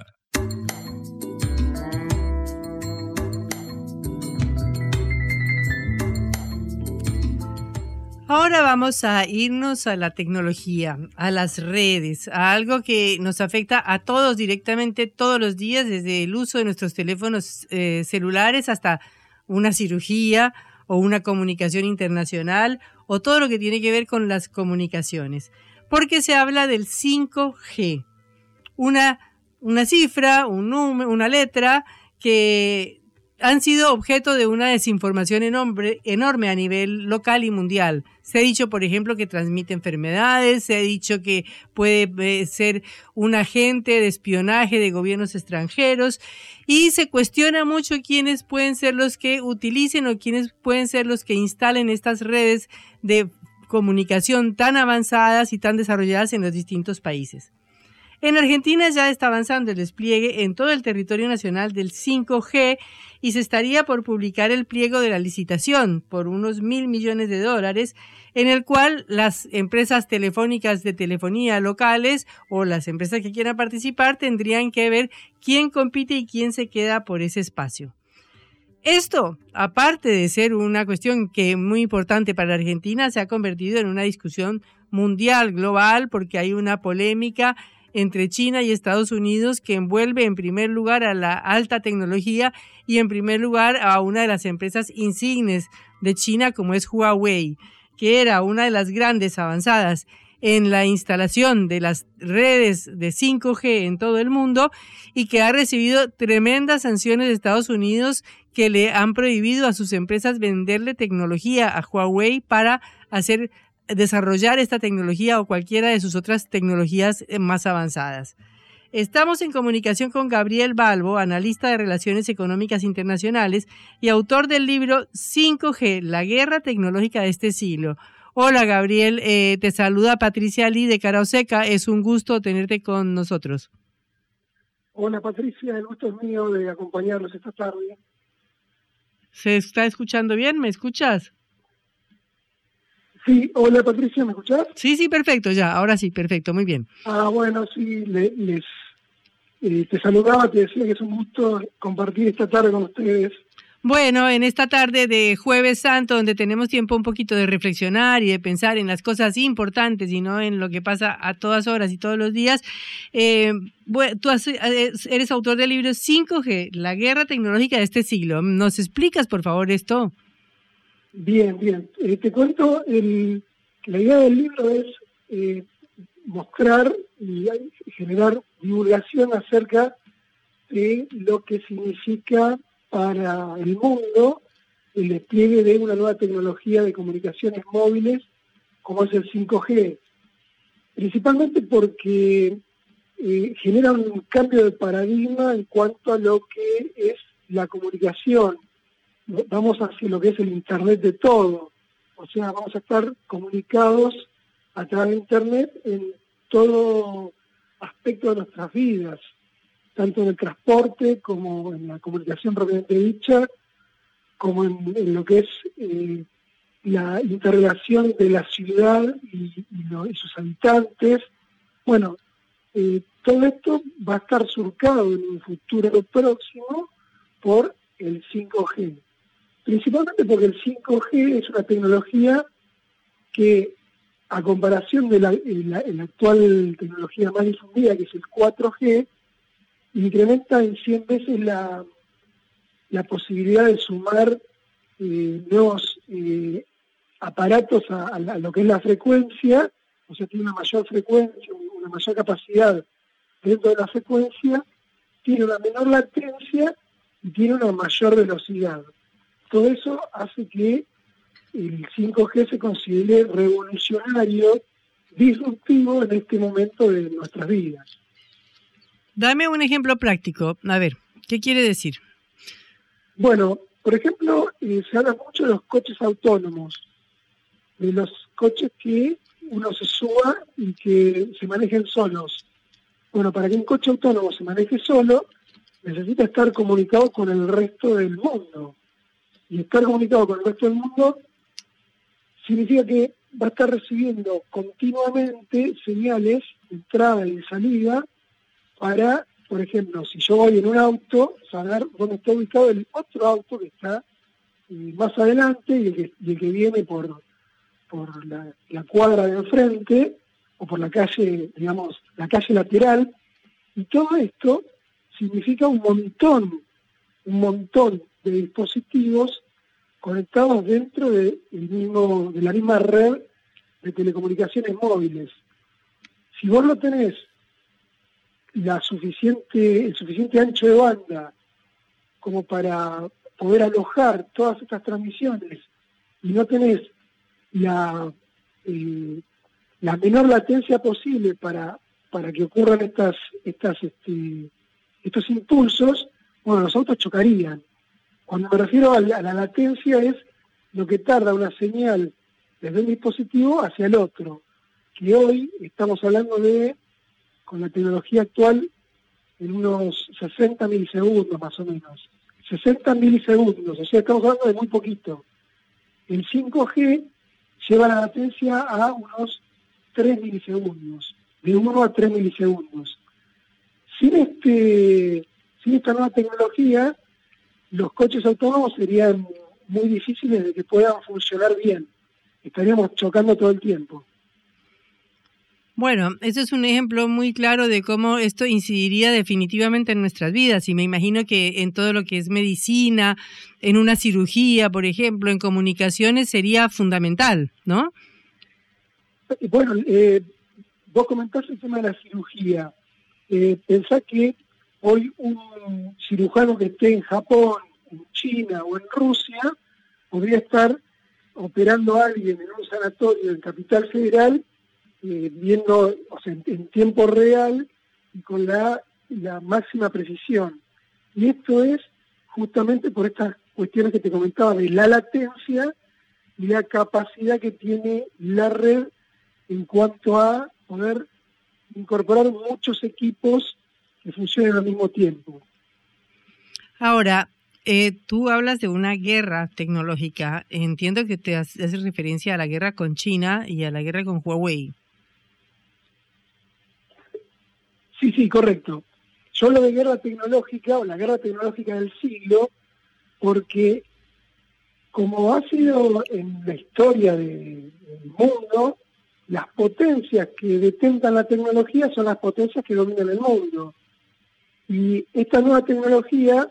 Ahora vamos a irnos a la tecnología, a las redes, a algo que nos afecta a todos directamente todos los días, desde el uso de nuestros teléfonos eh, celulares hasta una cirugía o una comunicación internacional o todo lo que tiene que ver con las comunicaciones. Porque se habla del cinco G, una, una cifra, un número, una letra que han sido objeto de una desinformación enorme, enorme a nivel local y mundial. Se ha dicho, por ejemplo, que transmite enfermedades, se ha dicho que puede eh, ser un agente de espionaje de gobiernos extranjeros y se cuestiona mucho quiénes pueden ser los que utilicen o quiénes pueden ser los que instalen estas redes de comunicación tan avanzadas y tan desarrolladas en los distintos países. En Argentina ya está avanzando el despliegue en todo el territorio nacional del cinco G y se estaría por publicar el pliego de la licitación por unos mil millones de dólares, en el cual las empresas telefónicas de telefonía locales o las empresas que quieran participar tendrían que ver quién compite y quién se queda por ese espacio. Esto, aparte de ser una cuestión que es muy importante para Argentina, se ha convertido en una discusión mundial, global, porque hay una polémica entre China y Estados Unidos que envuelve en primer lugar a la alta tecnología y en primer lugar a una de las empresas insignes de China como es Huawei. que era una de las grandes avanzadas en la instalación de las redes de cinco G en todo el mundo y que ha recibido tremendas sanciones de Estados Unidos que le han prohibido a sus empresas venderle tecnología a Huawei para hacer desarrollar esta tecnología o cualquiera de sus otras tecnologías más avanzadas. Estamos en comunicación con Gabriel Balbo, analista de Relaciones Económicas Internacionales y autor del libro cinco G, la guerra tecnológica de este siglo. Hola Gabriel, eh, te saluda Patricia Lee de Cara Oseca, es un gusto tenerte con nosotros. Hola Patricia, el gusto es mío de acompañarlos esta tarde. ¿Se está escuchando bien? ¿Me escuchas? Sí, hola Patricia, ¿me escuchás? Sí, sí, perfecto, ya, ahora sí, perfecto, muy bien. Ah, bueno, sí, le, les eh, te saludaba, te decía que es un gusto compartir esta tarde con ustedes. Bueno, en esta tarde de Jueves Santo, donde tenemos tiempo un poquito de reflexionar y de pensar en las cosas importantes y no en lo que pasa a todas horas y todos los días, eh, bueno, tú has, eres autor del libro cinco G, la guerra tecnológica de este siglo. ¿Nos explicas, por favor, esto? Bien, bien. Eh, te cuento, el, la idea del libro es eh, mostrar y generar divulgación acerca de lo que significa para el mundo el despliegue de una nueva tecnología de comunicaciones móviles como es el cinco G, principalmente porque eh, genera un cambio de paradigma en cuanto a lo que es la comunicación. Vamos hacia lo que es el Internet de todo, o sea, vamos a estar comunicados a través de Internet en todo aspecto de nuestras vidas, tanto en el transporte como en la comunicación propiamente dicha, como en, en lo que es eh, la interrelación de la ciudad y, y, lo, y sus habitantes. Bueno, eh, todo esto va a estar surcado en un futuro próximo por el cinco G. Principalmente porque el cinco G es una tecnología que, a comparación de la, la, la actual tecnología más difundida, que es el cuatro G, incrementa en cien veces la, la posibilidad de sumar eh, nuevos eh, aparatos a, a, a lo que es la frecuencia, o sea, tiene una mayor frecuencia, una mayor capacidad dentro de la frecuencia, tiene una menor latencia y tiene una mayor velocidad. Todo eso hace que el cinco G se considere revolucionario, disruptivo en este momento de nuestras vidas. Dame un ejemplo práctico. A ver, ¿qué quiere decir? Bueno, por ejemplo, eh, se habla mucho de los coches autónomos, de los coches que uno se suba y que se manejen solos. Bueno, para que un coche autónomo se maneje solo, necesita estar comunicado con el resto del mundo. Y estar comunicado con el resto del mundo significa que va a estar recibiendo continuamente señales de entrada y de salida para, por ejemplo, si yo voy en un auto, saber dónde está ubicado el otro auto que está eh, más adelante y el que, y el que viene por, por la, la cuadra de enfrente o por la calle, digamos, la calle lateral. Y todo esto significa un montón, un montón de dispositivos conectados dentro de, el mismo, de la misma red de telecomunicaciones móviles. Si vos no tenés la suficiente, el suficiente ancho de banda como para poder alojar todas estas transmisiones y no tenés la, eh, la menor latencia posible para, para que ocurran estas, estas, este, estos impulsos, bueno, los autos chocarían. Cuando me refiero a la, a la latencia es lo que tarda una señal desde un dispositivo hacia el otro, que hoy estamos hablando de, con la tecnología actual, en unos sesenta milisegundos más o menos. sesenta milisegundos, o sea, estamos hablando de muy poquito. El cinco G lleva la latencia a unos tres milisegundos, de uno a tres milisegundos. Sin, este, sin esta nueva tecnología, los coches autónomos serían muy difíciles de que puedan funcionar bien. Estaríamos chocando todo el tiempo. Bueno, ese es un ejemplo muy claro de cómo esto incidiría definitivamente en nuestras vidas, y me imagino que en todo lo que es medicina, en una cirugía, por ejemplo, en comunicaciones sería fundamental, ¿no? Bueno, eh, vos comentaste el tema de la cirugía. Eh, pensá que hoy un cirujano que esté en Japón, en China o en Rusia podría estar operando a alguien en un sanatorio en Capital Federal, eh, viendo, o sea, en, en tiempo real y con la, la máxima precisión. Y esto es justamente por estas cuestiones que te comentaba de la latencia y la capacidad que tiene la red en cuanto a poder incorporar muchos equipos que funcionen al mismo tiempo. Ahora, eh, tú hablas de una guerra tecnológica. Entiendo que te haces referencia a la guerra con China y a la guerra con Huawei. Sí, sí, correcto. Yo hablo de guerra tecnológica o la guerra tecnológica del siglo porque, como ha sido en la historia de, del mundo, las potencias que detentan la tecnología son las potencias que dominan el mundo. Y esta nueva tecnología,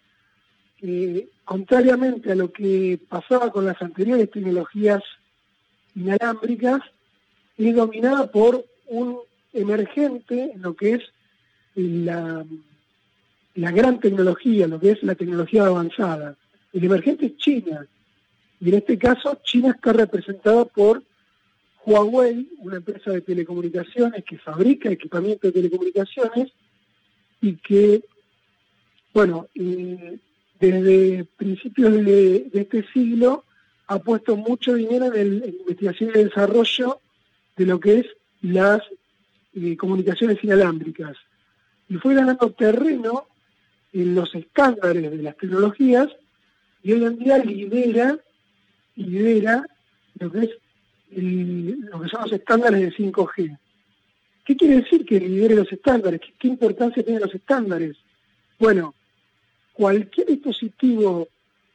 eh, contrariamente a lo que pasaba con las anteriores tecnologías inalámbricas, es dominada por un emergente en lo que es la, la gran tecnología, lo que es la tecnología avanzada. El emergente es China, y en este caso China está representada por Huawei, una empresa de telecomunicaciones que fabrica equipamiento de telecomunicaciones y que, bueno, eh, desde principios de, de este siglo ha puesto mucho dinero en, el, en investigación y desarrollo de lo que es las eh, comunicaciones inalámbricas. Y fue ganando terreno en los estándares de las tecnologías y hoy en día lidera, lidera lo que es el, lo que son los estándares de cinco G. ¿Qué quiere decir que lidere los estándares? ¿Qué, qué importancia tienen los estándares? Bueno, cualquier dispositivo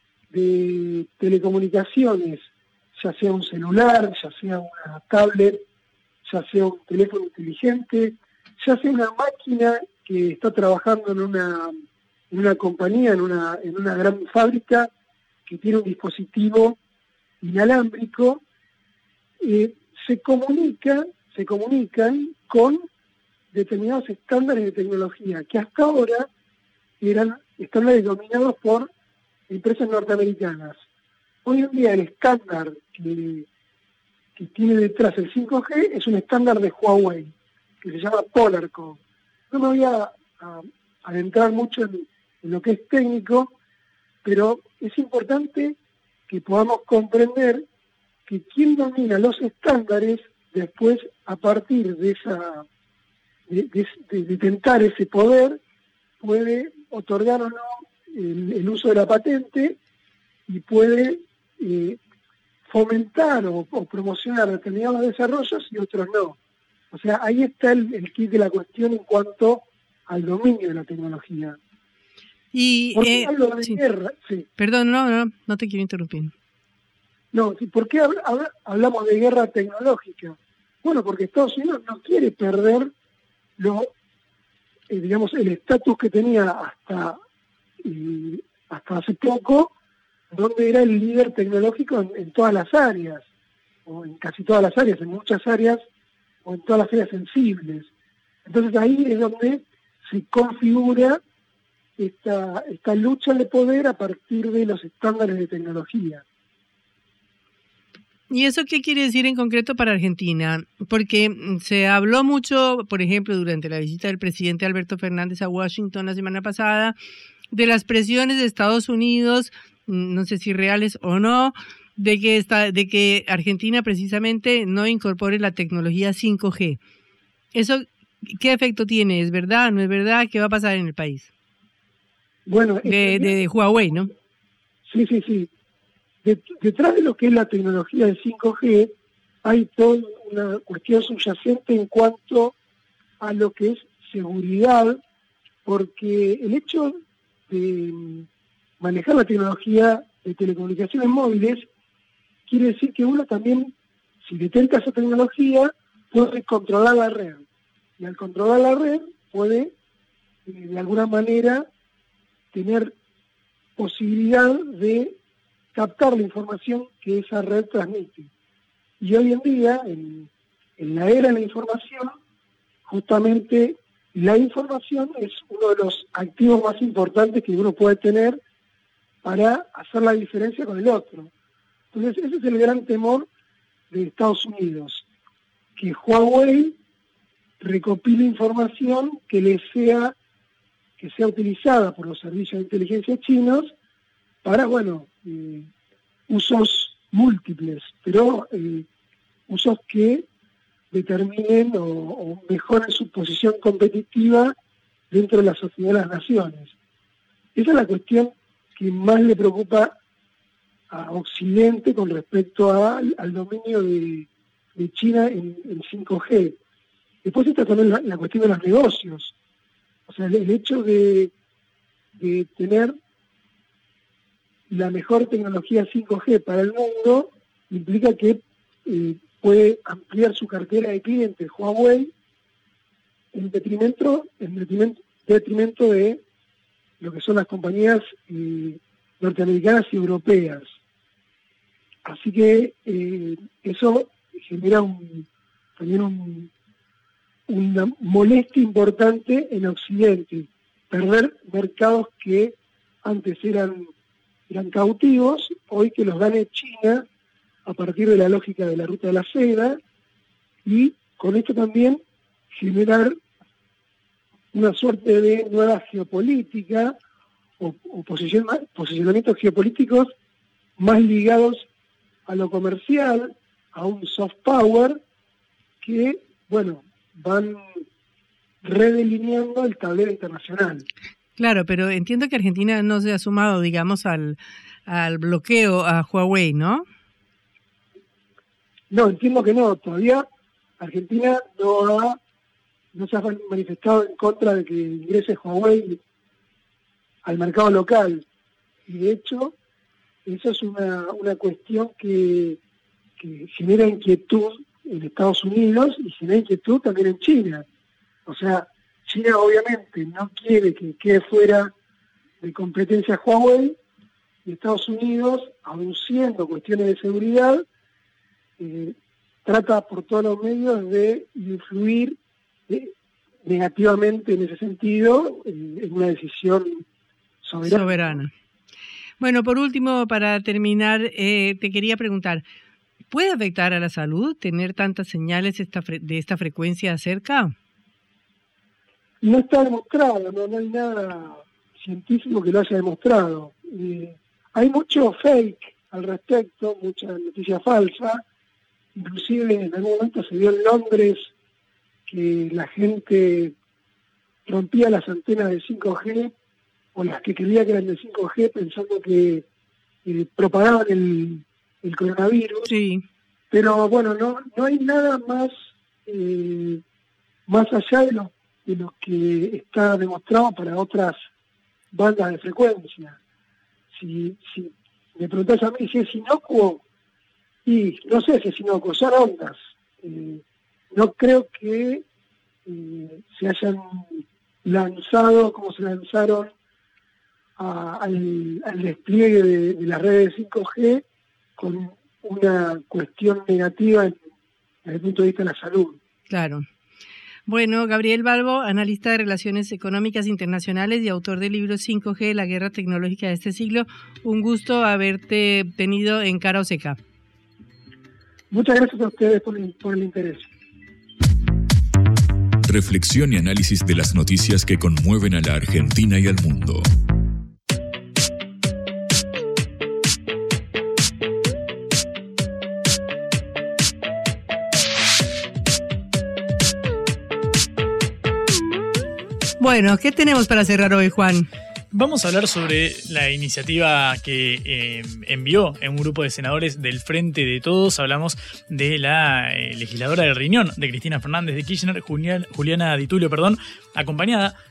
de telecomunicaciones, ya sea un celular, ya sea una tablet, ya sea un teléfono inteligente, ya sea una máquina que está trabajando en una, en una compañía, en una, en una gran fábrica que tiene un dispositivo inalámbrico, eh, se comunica, se comunican con determinados estándares de tecnología que hasta ahora eran estándares dominados por empresas norteamericanas. Hoy en día el estándar que, que tiene detrás el cinco G es un estándar de Huawei, que se llama Polarcom. No me voy a, a adentrar mucho en, en lo que es técnico, pero es importante que podamos comprender que quien domina los estándares después, a partir de esa de, de, de, de tentar ese poder, puede otorgar o no el, el uso de la patente y puede eh, fomentar o, o promocionar determinados desarrollos y otros no. O sea, ahí está el, el kit de la cuestión en cuanto al dominio de la tecnología. Y, ¿Por qué eh, hablo de sí. guerra? Sí. Perdón, no, no, no te quiero interrumpir. No, ¿por qué habl habl hablamos de guerra tecnológica? Bueno, porque Estados Unidos no quiere perder lo, eh, digamos, el estatus que tenía hasta, eh, hasta hace poco, donde era el líder tecnológico en, en todas las áreas, o en casi todas las áreas, en muchas áreas, o en todas las áreas sensibles. Entonces ahí es donde se configura esta, esta lucha de poder a partir de los estándares de tecnología. ¿Y eso qué quiere decir en concreto para Argentina? Porque se habló mucho, por ejemplo, durante la visita del presidente Alberto Fernández a Washington la semana pasada, de las presiones de Estados Unidos, no sé si reales o no, de que está, de que Argentina precisamente no incorpore la tecnología cinco G. ¿Eso qué efecto tiene? ¿Es verdad? ¿No es verdad? ¿Qué va a pasar en el país? Bueno, de, de, de Huawei, ¿no? Sí, sí, sí. Detrás de lo que es la tecnología de cinco G hay toda una cuestión subyacente en cuanto a lo que es seguridad, porque el hecho de manejar la tecnología de telecomunicaciones móviles quiere decir que uno también, si detenta esa tecnología, puede controlar la red. Y al controlar la red puede, eh, de alguna manera, tener posibilidad de captar la información que esa red transmite. Y hoy en día, en, en la era de la información, justamente la información es uno de los activos más importantes que uno puede tener para hacer la diferencia con el otro. Entonces, ese es el gran temor de Estados Unidos, que Huawei recopile información que le sea, que sea utilizada por los servicios de inteligencia chinos para, bueno, eh, usos múltiples, pero eh, usos que determinen o, o mejoren su posición competitiva dentro de la sociedad de las naciones. Esa es la cuestión que más le preocupa a Occidente con respecto a, al dominio de, de China en, en cinco G. Después está también la, la cuestión de los negocios. O sea, el, el hecho de, de tener la mejor tecnología cinco G para el mundo implica que eh, puede ampliar su cartera de clientes Huawei en detrimento, en detrimento, detrimento de lo que son las compañías eh, norteamericanas y europeas. Así que eh, eso genera un, también un, una molestia importante en Occidente, perder mercados que antes eran, eran cautivos, hoy que los gane China a partir de la lógica de la ruta de la seda, y con esto también generar una suerte de nueva geopolítica o, o posición, posicionamientos geopolíticos más ligados a lo comercial, a un soft power, que, bueno, van redelineando el tablero internacional. Claro, pero entiendo que Argentina no se ha sumado, digamos, al, al bloqueo a Huawei, ¿no? No, entiendo que no. Todavía Argentina no ha, no se ha manifestado en contra de que ingrese Huawei al mercado local. Y de hecho, eso es una, una cuestión que, que genera inquietud en Estados Unidos y genera inquietud también en China. O sea, China obviamente no quiere que quede fuera de competencia Huawei, y Estados Unidos, aun siendo cuestiones de seguridad, eh, trata por todos los medios de influir eh, negativamente en ese sentido en, en una decisión soberana. soberana. Bueno, por último, para terminar, eh, te quería preguntar, ¿puede afectar a la salud tener tantas señales esta fre- de esta frecuencia cerca? No está demostrado, no, no hay nada científico que lo haya demostrado. Eh, hay mucho fake al respecto, mucha noticia falsa. Inclusive en algún momento se vio en Londres que la gente rompía las antenas de cinco G o las que creía que eran de cinco G pensando que eh, propagaban el, el coronavirus. Sí. Pero bueno, no no hay nada más eh, más allá de lo, de lo que está demostrado para otras bandas de frecuencia. Si, si me preguntás a mí si es inocuo, y no sé si es inocuo, son ondas. Eh, no creo que eh, se hayan lanzado como se lanzaron a, al, al despliegue de, de las redes cinco G con una cuestión negativa en, desde el punto de vista de la salud. Claro. Bueno, Gabriel Balbo, analista de Relaciones Económicas Internacionales y autor del libro cinco G, la guerra tecnológica de este siglo, un gusto haberte tenido en Cara o Seca. Muchas gracias a ustedes por el, por el interés. Reflexión y análisis de las noticias que conmueven a la Argentina y al mundo. Bueno, ¿qué tenemos para cerrar hoy, Juan? Vamos a hablar sobre la iniciativa que eh, envió en un grupo de senadores del Frente de Todos. Hablamos de la eh, legisladora del Riñón, de Cristina Fernández de Kirchner, Juliana, Juliana Di Tulio, perdón, acompañada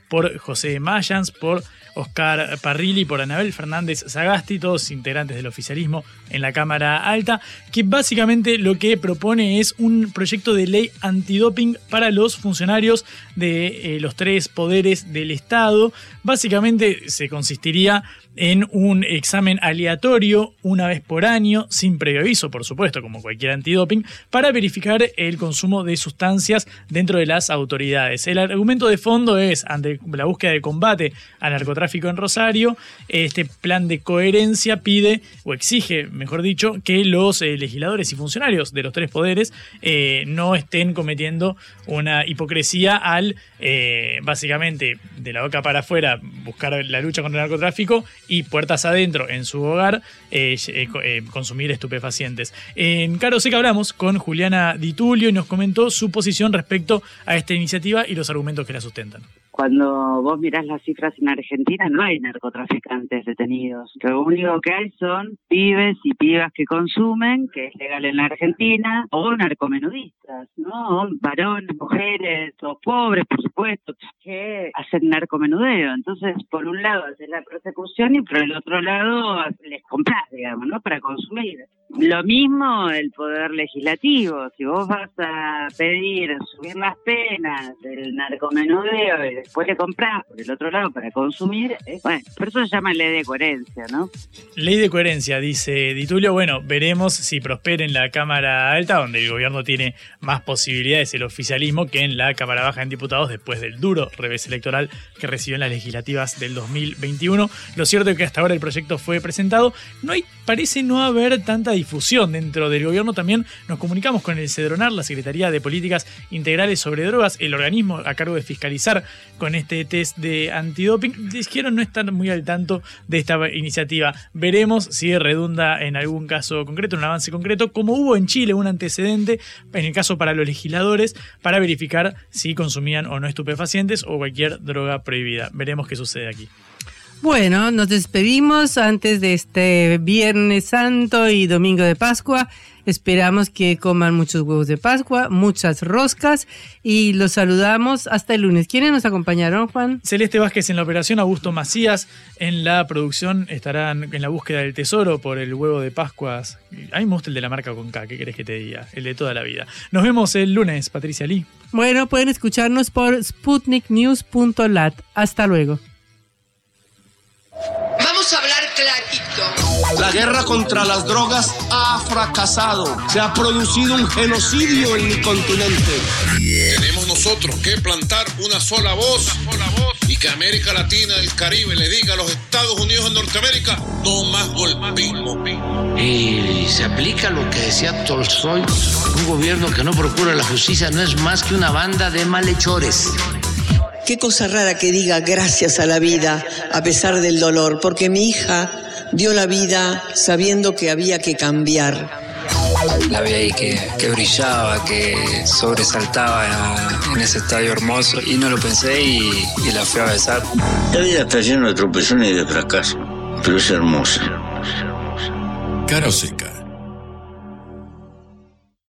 por José Mayans, por Oscar Parrilli, por Anabel Fernández Sagasti, todos integrantes del oficialismo en la Cámara Alta, que básicamente lo que propone es un proyecto de ley antidoping para los funcionarios de eh, los tres poderes del Estado. Básicamente se consistiría en un examen aleatorio una vez por año, sin previo aviso, por supuesto, como cualquier antidoping, para verificar el consumo de sustancias dentro de las autoridades. El argumento de fondo es, ante la búsqueda de combate al narcotráfico en Rosario, este plan de coherencia pide, o exige, mejor dicho, que los eh, legisladores y funcionarios de los tres poderes eh, no estén cometiendo una hipocresía al, eh, básicamente, de la boca para afuera, buscar la lucha contra el narcotráfico y puertas adentro en su hogar eh, eh, consumir estupefacientes. En Caro Seca hablamos con Juliana Di Tulio y nos comentó su posición respecto a esta iniciativa y los argumentos que la sustentan. Cuando vos mirás las cifras en Argentina, no hay narcotraficantes detenidos. Lo único que hay son pibes y pibas que consumen, que es legal en la Argentina, o narcomenudistas, ¿no? O varones, mujeres, o pobres, por supuesto, que hacen narcomenudeo. Entonces, por un lado haces la persecución y por el otro lado les compras, digamos, ¿no? Para consumir. Lo mismo el poder legislativo. Si vos vas a pedir subir las penas del narcomenudeo y después le comprás por el otro lado para consumir, eh, bueno, por eso se llama ley de coherencia, ¿no? Ley de coherencia, dice Di Tulio. Bueno, veremos si prospera en la Cámara Alta, donde el gobierno tiene más posibilidades, el oficialismo, que en la Cámara Baja en Diputados, después del duro revés electoral que recibió en las legislativas del dos mil veintiuno. Lo cierto es que hasta ahora el proyecto fue presentado. No hay, parece no haber tanta difusión dentro del gobierno. También nos comunicamos con el CEDRONAR, la Secretaría de Políticas Integrales sobre Drogas, el organismo a cargo de fiscalizar con este test de antidoping. Dijeron no estar muy al tanto de esta iniciativa. Veremos si redunda en algún caso concreto, en un avance concreto, como hubo en Chile un antecedente, en el caso para los legisladores, para verificar si consumían o no estupefacientes o cualquier droga prohibida. Veremos qué sucede aquí. Bueno, nos despedimos antes de este Viernes Santo y Domingo de Pascua. Esperamos que coman muchos huevos de Pascua, muchas roscas y los saludamos hasta el lunes. ¿Quiénes nos acompañaron, Juan? Celeste Vázquez en la operación, Augusto Macías en la producción. Estarán en la búsqueda del tesoro por el huevo de Pascuas. A mí me gusta el de la marca con K, ¿qué querés que te diga? El de toda la vida. Nos vemos el lunes, Patricia Lee. Bueno, pueden escucharnos por sputnik news punto lat. Hasta luego. Vamos a hablar clarito. La guerra contra las drogas ha fracasado. Se ha producido un genocidio en mi continente. Tenemos nosotros que plantar una sola voz, una sola voz y que América Latina y el Caribe le diga a los Estados Unidos de Norteamérica, no más golpismo. Y se aplica lo que decía Tolstoy, un gobierno que no procura la justicia no es más que una banda de malhechores. Qué cosa rara que diga gracias a la vida a pesar del dolor, porque mi hija dio la vida sabiendo que había que cambiar. La vi ahí que, que brillaba, que sobresaltaba en ese estadio hermoso y no lo pensé y, y la fui a besar. La vida está llena de tropezones y de fracasos, pero es hermosa. Caro Seca.